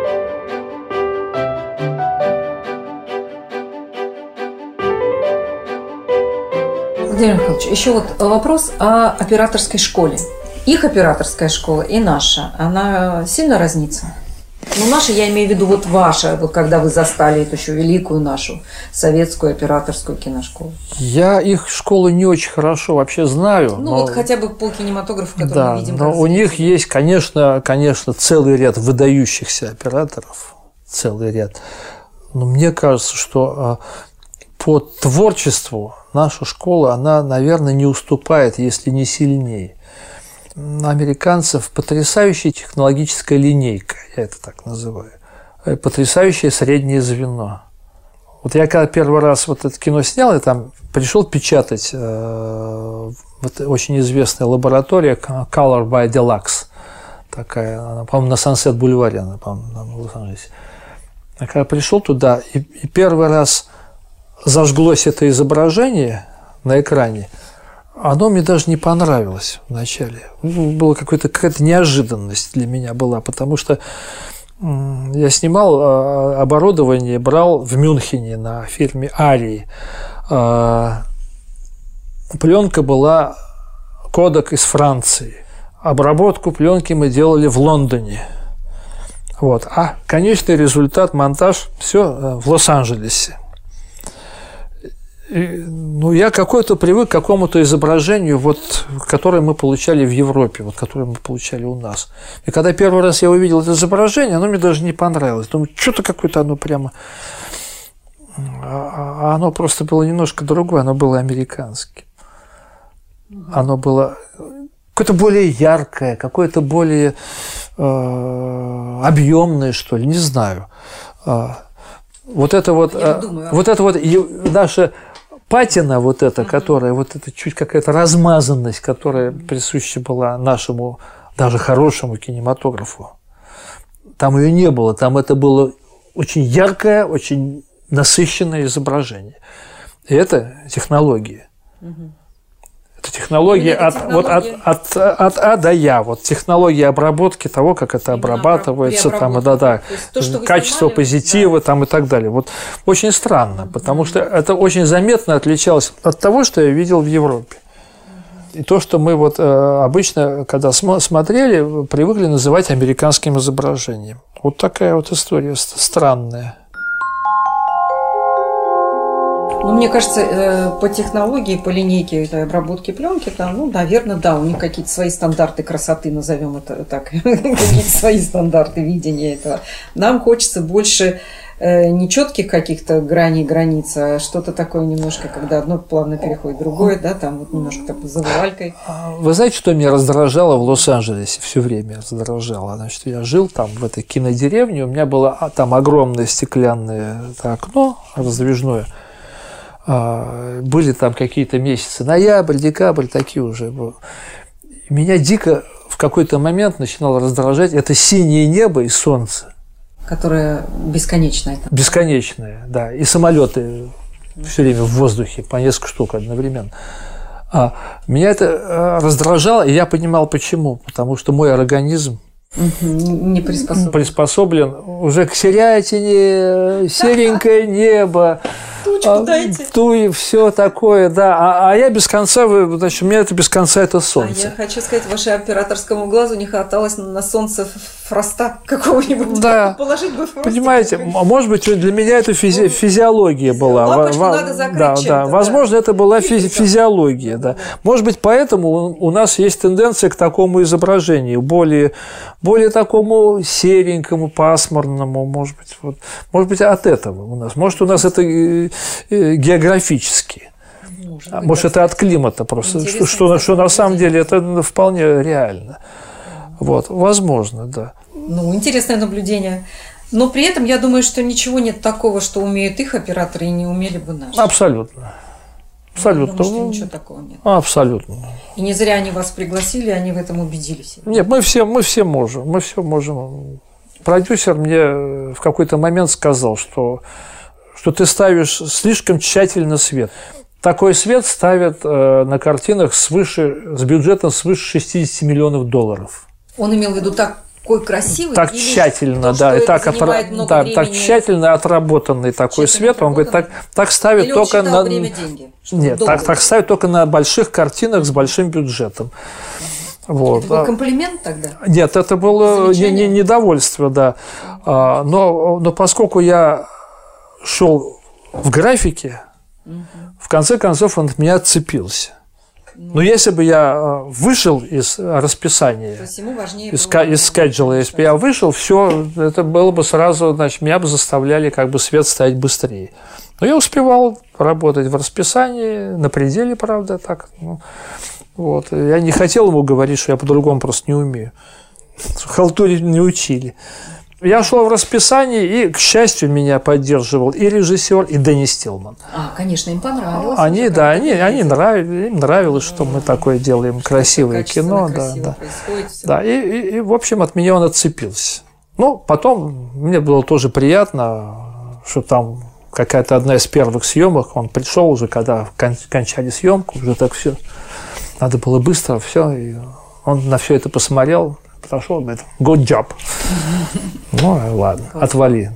Владимир Михайлович, еще вот вопрос о операторской школе. Их операторская школа и наша, она сильно разнится? Ну, наша, я имею в виду, вот ваша, вот когда вы застали эту еще великую нашу советскую операторскую киношколу. Я их школу не очень хорошо вообще знаю. Ну, вот хотя бы по кинематографу, который да, мы видим. Но у них есть, конечно, целый ряд выдающихся операторов. Целый ряд. Но мне кажется, что по творчеству наша школа, она, наверное, не уступает, если не сильнее. Американцев потрясающая технологическая линейка, я это так называю, потрясающее среднее звено. Вот я когда первый раз вот это кино снял, я там пришел печатать вот очень известная лаборатория Color by Deluxe, такая, она, по-моему, на Сансет-бульваре, она, по-моему, в Лос-Анджелесе. Я когда пришел туда, и первый раз зажглось это изображение на экране, оно мне даже не понравилось вначале. Была какая-то неожиданность для меня была, потому что я снимал оборудование, брал в Мюнхене на фирме «Арии». Пленка была Kodak из Франции. Обработку пленки мы делали в Лондоне. Вот. А конечный результат, монтаж, все в Лос-Анджелесе. Ну, я какой-то привык к какому-то изображению, вот, которое мы получали в Европе, вот, которое мы получали у нас. И когда первый раз я увидел это изображение, оно мне даже не понравилось. Думаю, что-то какое-то оно прямо... А оно просто было немножко другое, оно было американским. Оно было какое-то более яркое, какое-то более объемное, что ли, не знаю. Вот это вот, вот это вот наша патина, вот эта, которая, вот это чуть какая-то размазанность, которая присуща была нашему даже хорошему кинематографу. Там ее не было, там это было очень яркое, очень насыщенное изображение. И это технологии. Это технология, от А до Я. Вот технология обработки того, как это обрабатывается, там, качество позитива там, и так далее. Вот очень странно, потому что это очень заметно отличалось от того, что я видел в Европе. И то, что мы вот обычно, когда смотрели, привыкли называть американским изображением. Вот такая вот история странная. Ну, мне кажется, по технологии, по линейке этой обработки пленки, там, ну, наверное, да, у них какие-то свои стандарты красоты, назовем это так, какие-то свои стандарты видения этого. Нам хочется больше не четких каких-то граней, границ, а что-то такое немножко, когда одно плавно переходит в другое, да, там вот немножко так с завывалькой. Вы знаете, что меня раздражало в Лос-Анджелесе? Все время раздражало. Значит, я жил там, в этой кинодеревне, у меня было там огромное стеклянное окно раздвижное. Были там какие-то месяцы, ноябрь, декабрь, такие уже. Меня дико в какой-то момент начинало раздражать это синее небо и солнце. Которое бесконечное. Бесконечное, да. И самолеты все время в воздухе, по несколько штук одновременно. Меня это раздражало, и я понимал, почему. Потому что мой организм не приспособлен уже к серятине, серенькое небо. Тучку дайте. Туи, все такое, да. А я без конца, значит, у меня это без конца это солнце. Я хочу сказать, вашему операторскому глазу не хваталось на солнце фроста какого-нибудь. Да. Положить бы фрост. Понимаете, может быть, для меня это физиология была. Лампочку надо закрыть да. Возможно, это была физиология, да. Может быть, поэтому у нас есть тенденция к такому изображению, более такому серенькому, пасмурному, может быть, от этого у нас. Может, у нас это географически. Может, это от климата просто, что на самом деле это вполне реально. Вот, возможно, да. Ну, интересное наблюдение. Но при этом я думаю, что ничего нет такого, что умеют их операторы и не умели бы наши. Абсолютно. Абсолютно. Потому что ничего такого нет. Абсолютно. И не зря они вас пригласили, они в этом убедились. Нет, мы все можем. Продюсер мне в какой-то момент сказал, что ты ставишь слишком тщательно свет. Такой свет ставят на картинах с бюджетом свыше $60 миллионов. Он имел в виду такой красивый, так тщательно, да, и так тщательно отработанный такой свет. Он говорит, так ставят или только на время, деньги, нет, так ставят только на больших картинах с большим бюджетом. Вот. Это был комплимент тогда? Нет, это было недовольство, да. Но поскольку я шел в графике, в конце концов он от меня отцепился. Но если бы я вышел из расписания, из скеджула, если бы я вышел, все, это было бы сразу, значит, меня бы заставляли как бы свет ставить быстрее. Но я успевал работать в расписании, на пределе, правда, так. Вот. Я не хотел ему говорить, что я по-другому просто не умею. Халтурить не учили. Я шел в расписании, и, к счастью, меня поддерживал и режиссер, и Дэнни Стилман. Конечно, им понравилось. Им нравилось, что мы такое делаем, красивое кино. Да. И, в общем, от меня он отцепился. Ну, потом мне было тоже приятно, что там какая-то одна из первых съемок, он пришел уже, когда кончали съемку, уже так все. Надо было быстро все, и он на все это посмотрел, подошел, говорит, good job. Ну, ладно, отвали.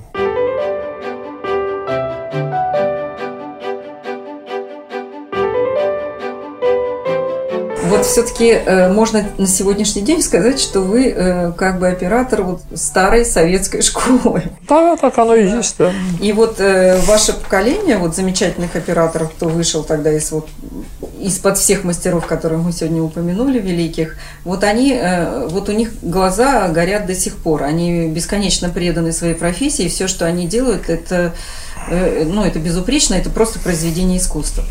Вот вот все-таки можно на сегодняшний день сказать, что вы как бы оператор вот старой советской школы. Да, так оно и есть, да. И вот ваше поколение вот замечательных операторов, кто вышел тогда из-под всех мастеров, которых мы сегодня упомянули, великих, вот они, вот у них глаза горят до сих пор. Они бесконечно преданы своей профессии, и все, что они делают, это безупречно, это просто произведение искусства.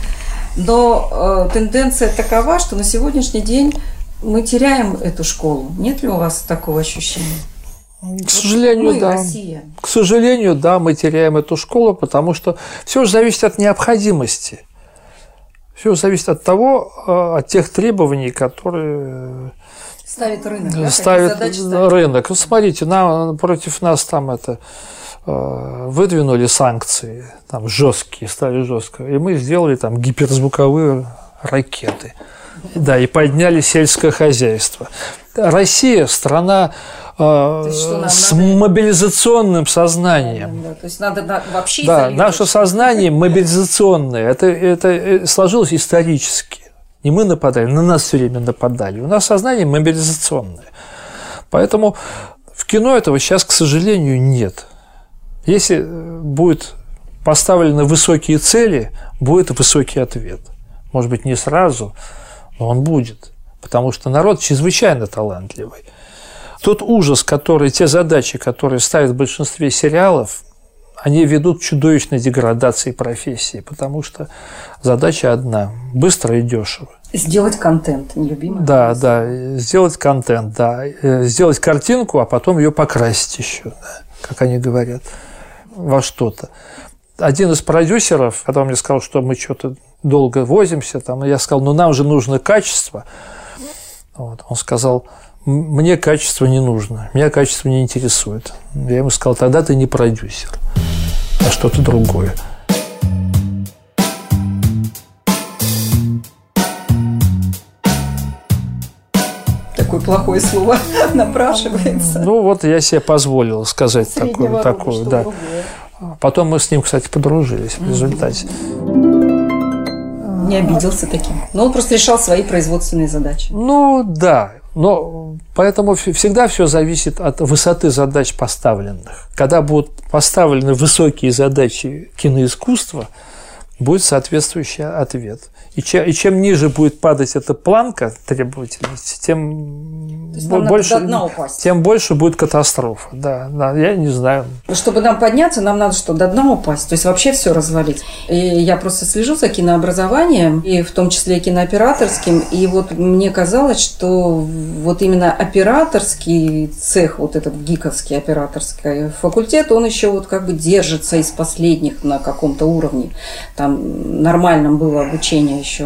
Но тенденция такова, что на сегодняшний день мы теряем эту школу. Нет ли у вас такого ощущения? К сожалению, да. Россия. К сожалению, да, мы теряем эту школу, потому что все же зависит от необходимости. Все зависит от того, от тех требований, которые ставит рынок. Ставит рынок. Вот смотрите, против нас там выдвинули санкции, там жесткие, стали жесткие, и мы сделали там гиперзвуковые ракеты. Да, и подняли сельское хозяйство. Россия страна с мобилизационным сознанием. То есть надо вообще наше сознание мобилизационное. Это сложилось исторически. Не мы нападали, на нас все время нападали. У нас сознание мобилизационное. Поэтому в кино этого сейчас, к сожалению, нет. Если будут поставлены высокие цели, будет высокий ответ. Может быть, не сразу, но он будет. Потому что народ чрезвычайно талантливый. Тот ужас, те задачи, которые ставят в большинстве сериалов, они ведут к чудовищной деградации профессии, потому что задача одна – быстро и дешево. Сделать контент, нелюбимый. Да, сделать контент, да. Сделать картинку, а потом ее покрасить еще, да, как они говорят, во что-то. Один из продюсеров, когда он мне сказал, что мы что-то долго возимся, я сказал, нам же нужно качество. Он сказал, мне качество не нужно, меня качество не интересует. Я ему сказал, тогда ты не продюсер, а что-то другое. Такое плохое слово напрашивается. Я себе позволил сказать такое, да. Потом мы с ним, кстати, подружились в результате. Не обиделся таким. Но он просто решал свои производственные задачи. Да. Но поэтому всегда все зависит от высоты задач поставленных. Когда будут поставлены высокие задачи киноискусства, будет соответствующий ответ. И чем ниже будет падать эта планка требовательности, тем больше будет катастрофа. Да, я не знаю. Чтобы нам подняться, нам надо что, до дна упасть? То есть вообще все развалить? И я просто слежу за кинообразованием, и в том числе и кинооператорским, и вот мне казалось, что вот именно операторский цех, вот этот гиковский операторский факультет, он еще вот как бы держится из последних на каком-то уровне. Там нормальном было обучение еще.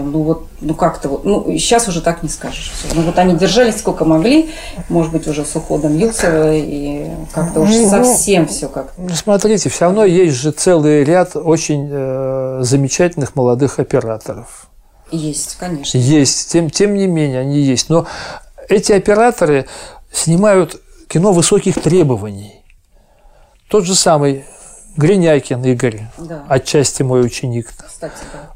Сейчас уже так не скажешь. Они держались сколько могли, может быть, уже с уходом Юлсова, и как-то уже совсем все как-то. Смотрите, все равно есть же целый ряд очень замечательных молодых операторов. Есть, конечно. Есть, тем не менее, они есть. Но эти операторы снимают кино высоких требований. Тот же самый Гринякин Игорь, да. Отчасти мой ученик. Кстати,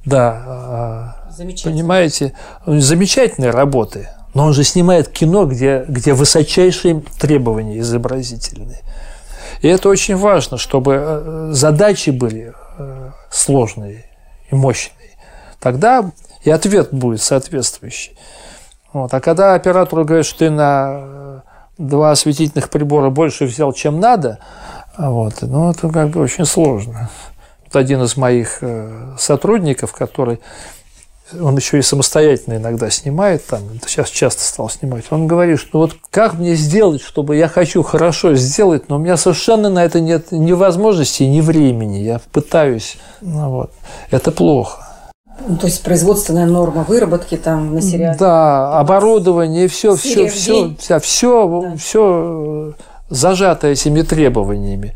да. Понимаете, замечательные работы, но он же снимает кино, где высочайшие требования изобразительные. И это очень важно, чтобы задачи были сложные и мощные. Тогда и ответ будет соответствующий. А когда оператору говорят, что ты на 2 осветительных прибора больше взял, чем надо, это как бы очень сложно. Один из моих сотрудников, он еще и самостоятельно иногда снимает, сейчас часто стал снимать, он говорит, что как мне сделать, чтобы я хочу хорошо сделать, но у меня совершенно на это нет ни возможности, ни времени, я пытаюсь, это плохо. То есть производственная норма выработки на сериале. Да, оборудование, все зажато этими требованиями.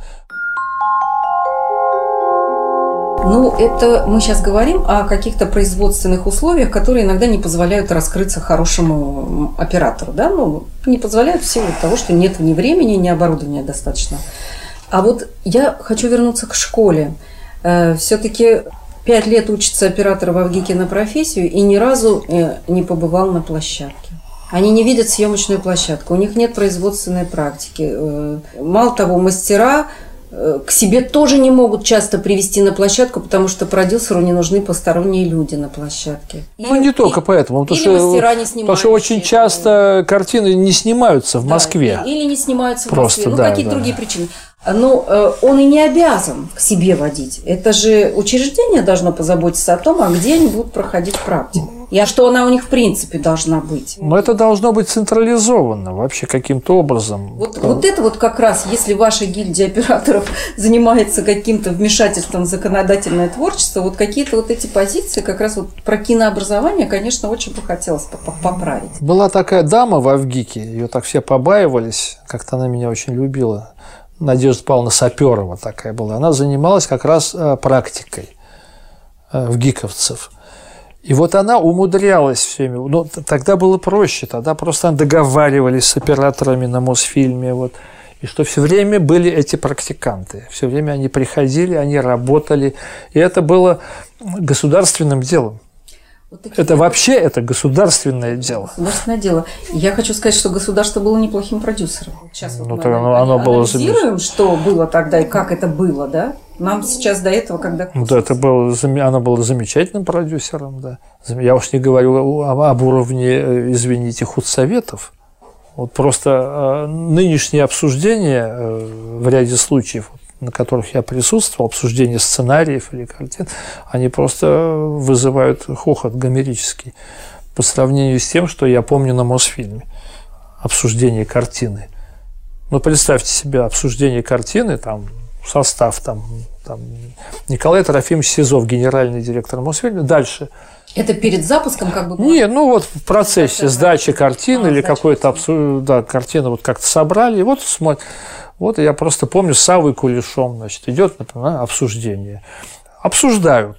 Это мы сейчас говорим о каких-то производственных условиях, которые иногда не позволяют раскрыться хорошему оператору, да? Не позволяют в силу того, что нет ни времени, ни оборудования достаточно. А я хочу вернуться к школе. Все-таки 5 лет учится оператор в Авгике на профессию и ни разу не побывал на площадке. Они не видят съемочную площадку, у них нет производственной практики. Мало того, мастера к себе тоже не могут часто привести на площадку, потому что продюсеру не нужны посторонние люди на площадке. Ну, не только поэтому, потому что очень часто картины не снимаются в Москве. Или не снимаются в Москве, ну, какие-то другие причины. Но он и не обязан к себе водить. Это же учреждение должно позаботиться о том, а где они будут проходить практику. И что она у них в принципе должна быть. Но это должно быть централизовано вообще каким-то образом. Вот это вот как раз, если ваша гильдия операторов занимается каким-то вмешательством в законодательное творчество, вот какие-то вот эти позиции, как раз вот про кинообразование, конечно, очень бы хотелось поправить. Была такая дама в Авгике, ее так все побаивались, как-то она меня очень любила. Надежда Павловна Саперова такая была. Она занималась как раз практикой в гиковцев. И вот она умудрялась всеми. Но тогда было проще. Тогда просто договаривались с операторами на Мосфильме. Вот. И что все время были эти практиканты. Все время они приходили, они работали. И это было государственным делом. Это вообще это государственное дело. Государственное дело. Я хочу сказать, что государство было неплохим продюсером. Сейчас вот мы анализируем, что было тогда и как это было, да? Нам сейчас до этого, когда... Да, она была замечательным продюсером, да. Я уж не говорю об уровне, извините, худсоветов. Вот просто нынешнее обсуждение в ряде случаев, на которых я присутствовал, обсуждение сценариев или картин, они просто вызывают хохот гомерический по сравнению с тем, что я помню на Мосфильме. Обсуждение картины. Ну, представьте себе обсуждение картины, там, состав, там Николай Трофимович Сизов, генеральный директор Мосфильма. Дальше. Это перед запуском как бы? Не, ну вот в процессе сдачи картины или какой-то картину вот как-то собрали, и вот смотрят. Вот я просто помню, с Саввой Кулешом, значит, идет, например, обсуждение. Обсуждают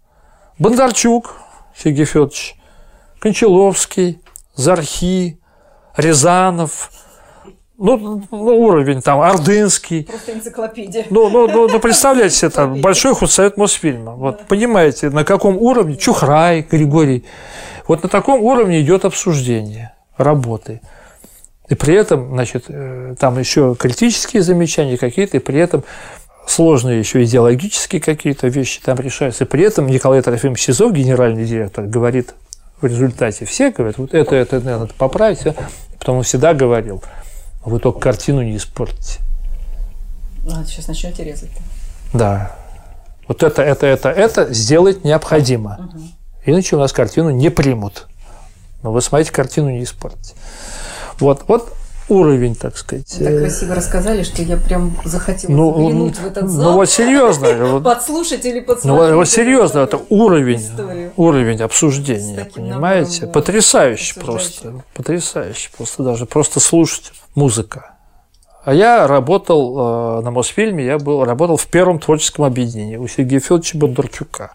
Бондарчук Сергей Федорович, Кончаловский, Зархи, Рязанов, ну, уровень там, Ордынский. Просто энциклопедия. Ну, представляете себе, там, большой худсовет Мосфильма. Вот, понимаете, на каком уровне, Чухрай, Григорий. Вот на таком уровне идет обсуждение работы. И при этом, значит, там еще критические замечания какие-то, и при этом сложные еще идеологические какие-то вещи там решаются. И при этом Николай Трофимович Сизов, генеральный директор, говорит в результате, все говорят, вот это надо поправить. Потом он всегда говорил, вы только картину не испортите. Сейчас начнете резать. Да. Вот это сделать необходимо. Угу. Иначе у нас картину не примут. Но вы смотрите, картину не испортите. Вот уровень, так сказать. Так красиво рассказали, что я прям захотела заглянуть в этот зал. Ну вот серьезно. Подслушать или подсмотреть. Ну вот серьезно, это уровень обсуждения, понимаете? Потрясающе просто. Потрясающе. Просто слушать. Музыка. А я работал на Мосфильме, работал в первом творческом объединении у Сергея Федоровича Бондарчука.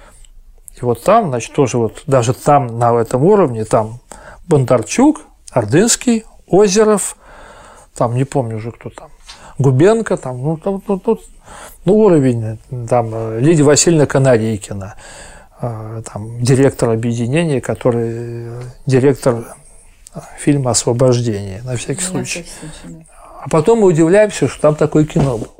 И вот там, значит, тоже вот, даже там, на этом уровне, там Бондарчук, Ордынский, Озеров, там, не помню уже кто там, Губенко, там, уровень, там, Лидия Васильевна Канарейкина, там, директор объединения, директор фильма «Освобождение», на всякий случай. А потом мы удивляемся, что там такое кино было.